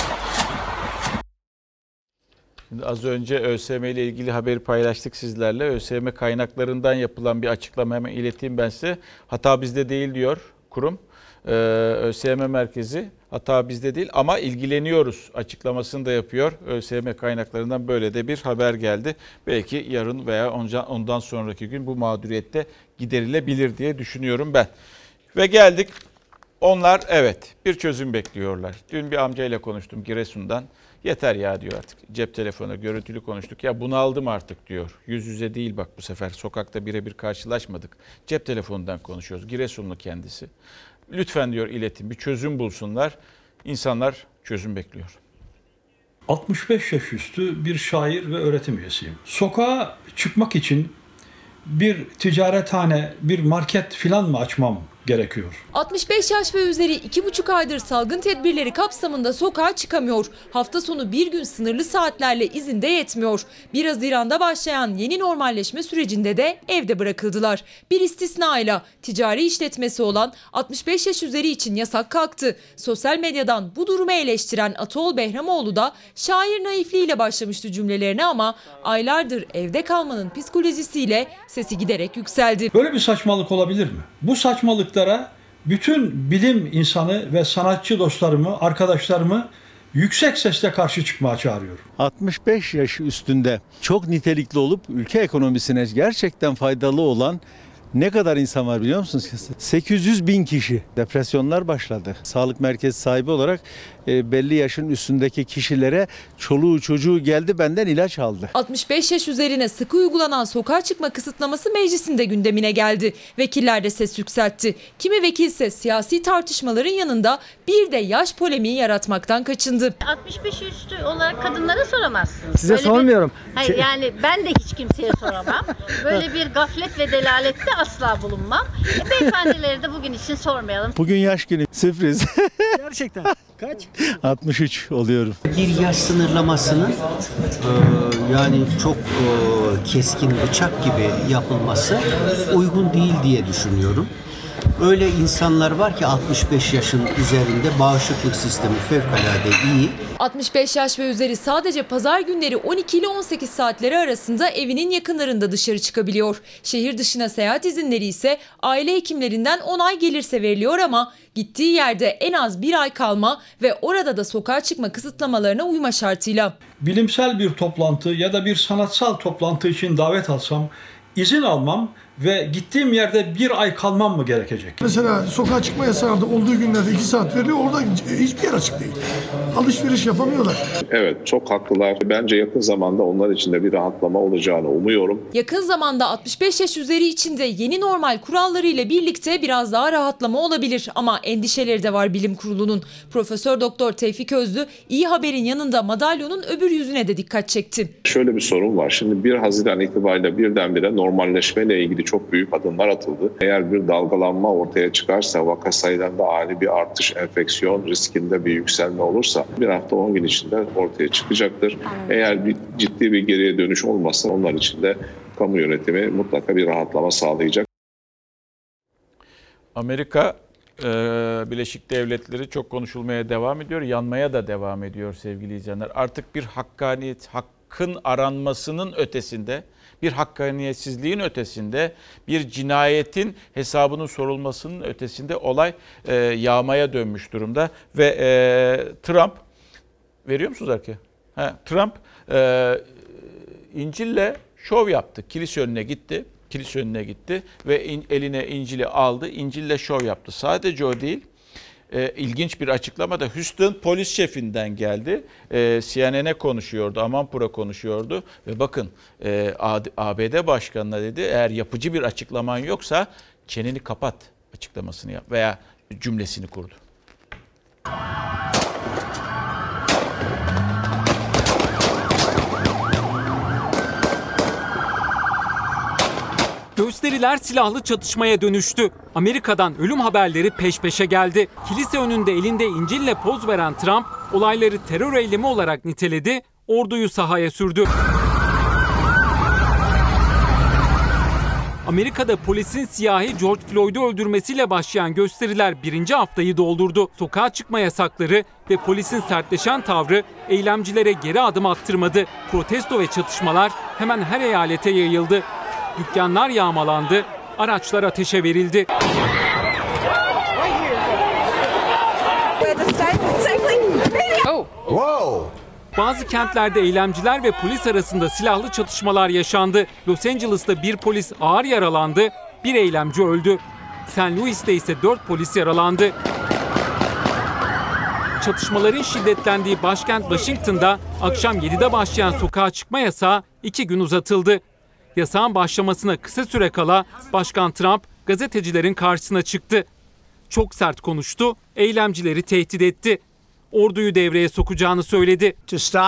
Şimdi az önce ÖSYM ile ilgili haberi paylaştık sizlerle. ÖSYM kaynaklarından yapılan bir açıklama hemen ileteyim ben size. Hata bizde değil diyor kurum. Ee, ÖSYM merkezi hata bizde değil ama ilgileniyoruz açıklamasını da yapıyor. ÖSYM kaynaklarından böyle de bir haber geldi. Belki yarın veya ondan sonraki gün bu mağduriyette giderilebilir diye düşünüyorum ben. Ve geldik. Onlar evet bir çözüm bekliyorlar. Dün bir amcayla konuştum Giresun'dan. Yeter ya diyor artık. Cep telefonu, görüntülü konuştuk. Ya bunaldım artık diyor. Yüz yüze değil bak bu sefer. Sokakta birebir karşılaşmadık. Cep telefonundan konuşuyoruz. Giresunlu kendisi. Lütfen diyor iletin bir çözüm bulsunlar. İnsanlar çözüm bekliyor. altmış beş yaş üstü bir şair ve öğretim üyesiyim. Sokağa çıkmak için bir ticarethane, bir market filan mı açmam gerekiyor? altmış beş yaş ve üzeri iki buçuk aydır salgın tedbirleri kapsamında sokağa çıkamıyor. Hafta sonu bir gün sınırlı saatlerle izinde yetmiyor. bir Haziran'da başlayan yeni normalleşme sürecinde de evde bırakıldılar. Bir istisnayla ticari işletmesi olan altmış beş yaş üzeri için yasak kalktı. Sosyal medyadan bu durumu eleştiren Ataol Behramoğlu da şair naifliğiyle başlamıştı cümlelerine ama aylardır evde kalmanın psikolojisiyle sesi giderek yükseldi. Böyle bir saçmalık olabilir mi? Bu saçmalık bütün bilim insanı ve sanatçı dostlarımı, arkadaşlarımı yüksek sesle karşı çıkmaya çağırıyor. altmış beş yaş üstünde çok nitelikli olup ülke ekonomisine gerçekten faydalı olan ne kadar insan var biliyor musunuz? sekiz yüz bin kişi. Depresyonlar başladı. Sağlık merkezi sahibi olarak e, belli yaşın üstündeki kişilere çoluğu çocuğu geldi benden ilaç aldı. altmış beş yaş üzerine sıkı uygulanan sokağa çıkma kısıtlaması meclisin de gündemine geldi. Vekiller de ses yükseltti. Kimi vekilse siyasi tartışmaların yanında bir de yaş polemiği yaratmaktan kaçındı. altmış beş üstü olarak kadınlara soramazsınız. Size Böyle sormuyorum. Bir, hayır, yani ben de hiç kimseye soramam. Böyle bir gaflet ve delalette asla bulunmam. E, beyefendileri de bugün için sormayalım. Bugün yaş günü. Sürpriz. Gerçekten. Kaç? altmış üç oluyorum. Bir yaş sınırlamasının e, yani çok e, keskin bıçak gibi yapılması uygun değil diye düşünüyorum. Öyle insanlar var ki altmış beş yaşın üzerinde bağışıklık sistemi fevkalade iyi. altmış beş yaş ve üzeri sadece pazar günleri on iki ile on sekiz saatleri arasında evinin yakınlarında dışarı çıkabiliyor. Şehir dışına seyahat izinleri ise aile hekimlerinden onay gelirse veriliyor ama gittiği yerde en az bir ay kalma ve orada da sokağa çıkma kısıtlamalarına uyma şartıyla. Bilimsel bir toplantı ya da bir sanatsal toplantı için davet alsam izin almam ve gittiğim yerde bir ay kalmam mı gerekecek? Mesela sokağa çıkma yasağında olduğu günlerde iki saat veriliyor. Orada hiçbir yer açık değil. Alışveriş yapamıyorlar. Evet, çok haklılar. Bence yakın zamanda onlar için de bir rahatlama olacağını umuyorum. Yakın zamanda altmış beş yaş üzeri için de yeni normal kurallarıyla birlikte biraz daha rahatlama olabilir. Ama endişeleri de var bilim kurulunun. Profesör Doktor Tevfik Özlü iyi haberin yanında madalyonun öbür yüzüne de dikkat çekti. Şöyle bir sorun var. Şimdi bir Haziran itibariyle birdenbire normalleşmeyle ilgili çok büyük adımlar atıldı. Eğer bir dalgalanma ortaya çıkarsa, vaka sayılarında ani bir artış, enfeksiyon riskinde bir yükselme olursa bir hafta on gün içinde ortaya çıkacaktır. Eğer bir ciddi bir geriye dönüş olmazsa onlar için de kamu yönetimi mutlaka bir rahatlama sağlayacak. Amerika Birleşik Devletleri çok konuşulmaya devam ediyor, yanmaya da devam ediyor sevgili izleyenler. Artık bir hakkaniyet, hakkın aranmasının ötesinde, bir hakkaniyetsizliğin ötesinde, bir cinayetin hesabının sorulmasının ötesinde olay e, yağmaya dönmüş durumda. Ve e, Trump, veriyor musunuz arkaya? Ha, Trump e, İncil'le şov yaptı, kilise önüne gitti. Kilise önüne gitti ve in, eline İncil'i aldı. İncil'le şov yaptı. Sadece o değil. E, ilginç bir açıklama da Houston polis şefinden geldi. E, C N N'e konuşuyordu, Amanpur'a konuşuyordu. Ve bakın e, A B D Başkanı'na dedi, eğer yapıcı bir açıklaman yoksa çeneni kapat açıklamasını yap veya cümlesini kurdu. Gösteriler silahlı çatışmaya dönüştü. Amerika'dan ölüm haberleri peş peşe geldi. Kilise önünde elinde İncil'le poz veren Trump, olayları terör eylemi olarak niteledi, orduyu sahaya sürdü. Amerika'da polisin siyahi George Floyd'u öldürmesiyle başlayan gösteriler birinci haftayı doldurdu. Sokağa çıkma yasakları ve polisin sertleşen tavrı eylemcilere geri adım attırmadı. Protesto ve çatışmalar hemen her eyalete yayıldı. Dükkanlar yağmalandı, araçlar ateşe verildi. Bazı kentlerde eylemciler ve polis arasında silahlı çatışmalar yaşandı. Los Angeles'ta bir polis ağır yaralandı, bir eylemci öldü. Saint Louis'te ise dört polis yaralandı. Çatışmaların şiddetlendiği başkent Washington'da akşam yedide başlayan sokağa çıkma yasağı iki gün uzatıldı. Yasağın başlamasına kısa süre kala Başkan Trump gazetecilerin karşısına çıktı. Çok sert konuştu, eylemcileri tehdit etti. Orduyu devreye sokacağını söyledi.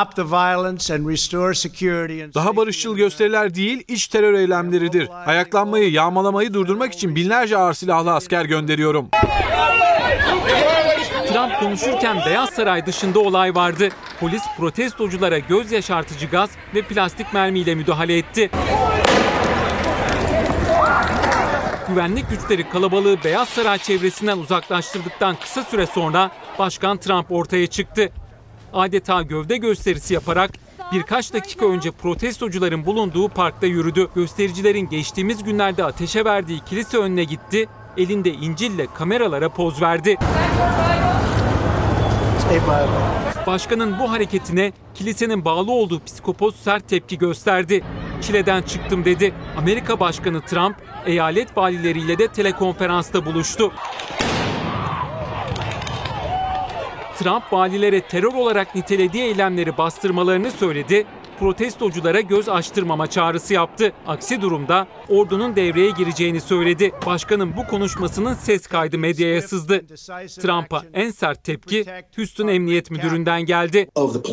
Daha barışçıl gösteriler değil, iç terör eylemleridir. Ayaklanmayı, yağmalamayı durdurmak için binlerce ağır silahlı asker gönderiyorum. Trump konuşurken Beyaz Saray dışında olay vardı. Polis protestoculara göz yaşartıcı gaz ve plastik mermiyle müdahale etti. Güvenlik güçleri kalabalığı Beyaz Saray çevresinden uzaklaştırdıktan kısa süre sonra Başkan Trump ortaya çıktı. Adeta gövde gösterisi yaparak birkaç dakika önce protestocuların bulunduğu parkta yürüdü. Göstericilerin geçtiğimiz günlerde ateşe verdiği kilise önüne gitti, elinde İncil'le kameralara poz verdi. Başkanın bu hareketine kilisenin bağlı olduğu psikopos sert tepki gösterdi. Çileden çıktım dedi. Amerika Başkanı Trump, eyalet valileriyle de telekonferansta buluştu. Trump valilere terör olarak nitelediği eylemleri bastırmalarını söyledi, protestoculara göz açtırmama çağrısı yaptı. Aksi durumda ordunun devreye gireceğini söyledi. Başkanın bu konuşmasının ses kaydı medyaya sızdı. Trump'a en sert tepki Houston Emniyet Müdürü'nden geldi.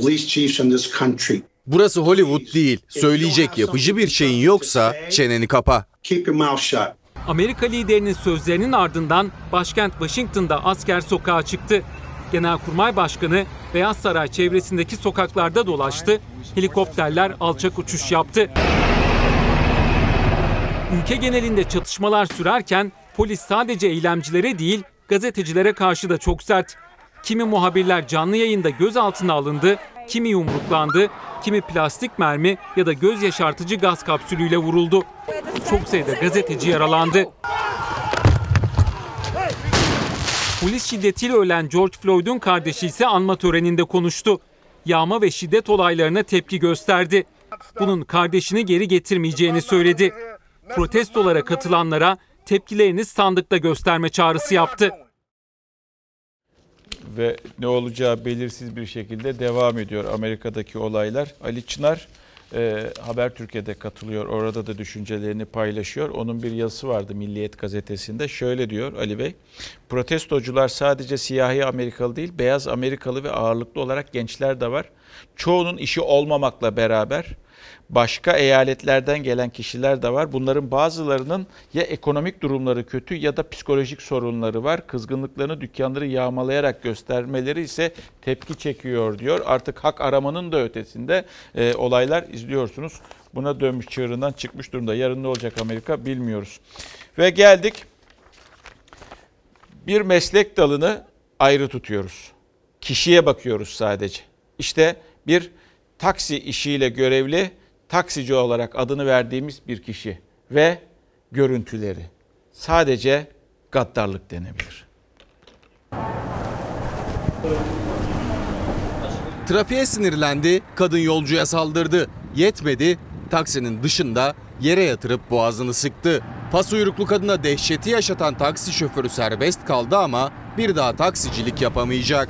Burası Hollywood değil. Söyleyecek yapıcı bir şeyin yoksa çeneni kapa. Amerika liderinin sözlerinin ardından başkent Washington'da asker sokağa çıktı. Genelkurmay Başkanı Beyaz Saray çevresindeki sokaklarda dolaştı, helikopterler alçak uçuş yaptı. Ülke genelinde çatışmalar sürerken polis sadece eylemcilere değil, gazetecilere karşı da çok sert. Kimi muhabirler canlı yayında gözaltına alındı, kimi yumruklandı, kimi plastik mermi ya da göz yaşartıcı gaz kapsülüyle vuruldu. Çok sayıda gazeteci yaralandı. Polis şiddetiyle ölen George Floyd'un kardeşi ise anma töreninde konuştu. Yağma ve şiddet olaylarına tepki gösterdi. Bunun kardeşini geri getirmeyeceğini söyledi. Protestolara katılanlara tepkilerini sandıkta gösterme çağrısı yaptı. Ve ne olacağı belirsiz bir şekilde devam ediyor Amerika'daki olaylar. Ali Çınar e, Habertürk'e katılıyor. Orada da düşüncelerini paylaşıyor. Onun bir yazısı vardı Milliyet gazetesinde. Şöyle diyor Ali Bey. Protestocular sadece siyahi Amerikalı değil, beyaz Amerikalı ve ağırlıklı olarak gençler de var. Çoğunun işi olmamakla beraber başka eyaletlerden gelen kişiler de var. Bunların bazılarının ya ekonomik durumları kötü ya da psikolojik sorunları var. Kızgınlıklarını dükkanları yağmalayarak göstermeleri ise tepki çekiyor diyor. Artık hak aramanın da ötesinde e, olaylar izliyorsunuz. buna dönmüş, çığırından çıkmış durumda. Yarın ne olacak Amerika bilmiyoruz. Ve geldik, bir meslek dalını ayrı tutuyoruz. Kişiye bakıyoruz sadece. İşte bir taksi işiyle görevli, taksici olarak adını verdiğimiz bir kişi ve görüntüleri. Sadece gaddarlık denebilir. Trafiğe sinirlendi, kadın yolcuya saldırdı. Yetmedi, taksinin dışında yere yatırıp boğazını sıktı. Fas uyruklu kadına dehşeti yaşatan taksi şoförü serbest kaldı ama bir daha taksicilik yapamayacak.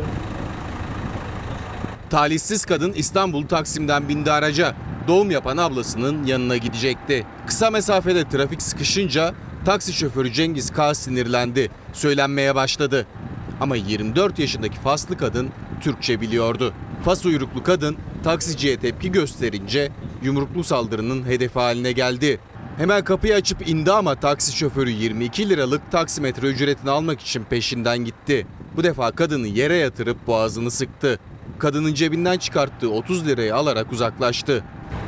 Talihsiz kadın İstanbul Taksim'den bindi araca. Doğum yapan ablasının yanına gidecekti. Kısa mesafede trafik sıkışınca taksi şoförü Cengiz K. sinirlendi. Söylenmeye başladı. Ama yirmi dört yaşındaki Faslı kadın Türkçe biliyordu. Fas uyruklu kadın taksiciye tepki gösterince yumruklu saldırının hedefi haline geldi. Hemen kapıyı açıp indi ama taksi şoförü yirmi iki liralık taksimetre ücretini almak için peşinden gitti. Bu defa kadını yere yatırıp boğazını sıktı. Kadının cebinden çıkarttığı otuz lirayı alarak uzaklaştı.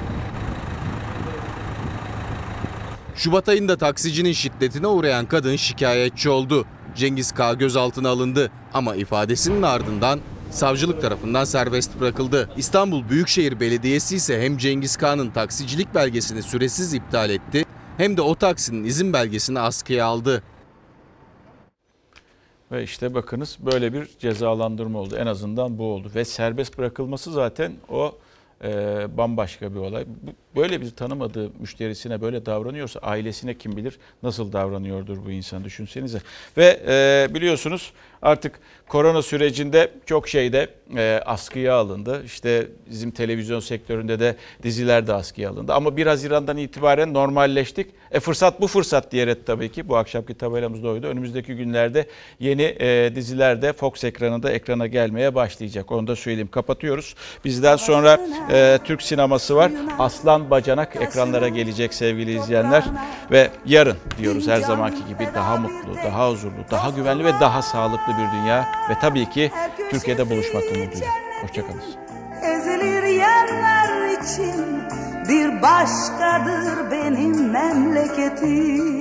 Şubat ayında taksicinin şiddetine uğrayan kadın şikayetçi oldu. Cengiz K. gözaltına alındı ama ifadesinin ardından savcılık tarafından serbest bırakıldı. İstanbul Büyükşehir Belediyesi ise hem Cengiz K'nın taksicilik belgesini süresiz iptal etti hem de o taksinin izin belgesini askıya aldı. Ve işte bakınız böyle bir cezalandırma oldu. En azından bu oldu. Ve serbest bırakılması zaten o e, bambaşka bir olay. Böyle bir tanımadığı müşterisine böyle davranıyorsa ailesine kim bilir nasıl davranıyordur bu insan, düşünsenize. Ve e, biliyorsunuz artık korona sürecinde çok şeyde e, askıya alındı. İşte bizim televizyon sektöründe de diziler de askıya alındı. Ama bir Haziran'dan itibaren normalleştik. E fırsat bu fırsat diyerek tabii ki bu akşamki tabelamız da oydu. Önümüzdeki günlerde yeni e, diziler de Fox ekranında ekrana gelmeye başlayacak. Onu da söyleyeyim. Kapatıyoruz. Bizden sonra e, Türk sineması var. Aslan Bacanak ekranlara gelecek sevgili izleyenler. Ve yarın diyoruz her zamanki gibi daha mutlu, daha huzurlu, daha güvenli ve daha sağlıklı bir dünya. Ve tabii ki Türkiye'de buluşmak umuduyla. Hoşçakalın. Ezilir yerler için bir başkadır benim memleketim.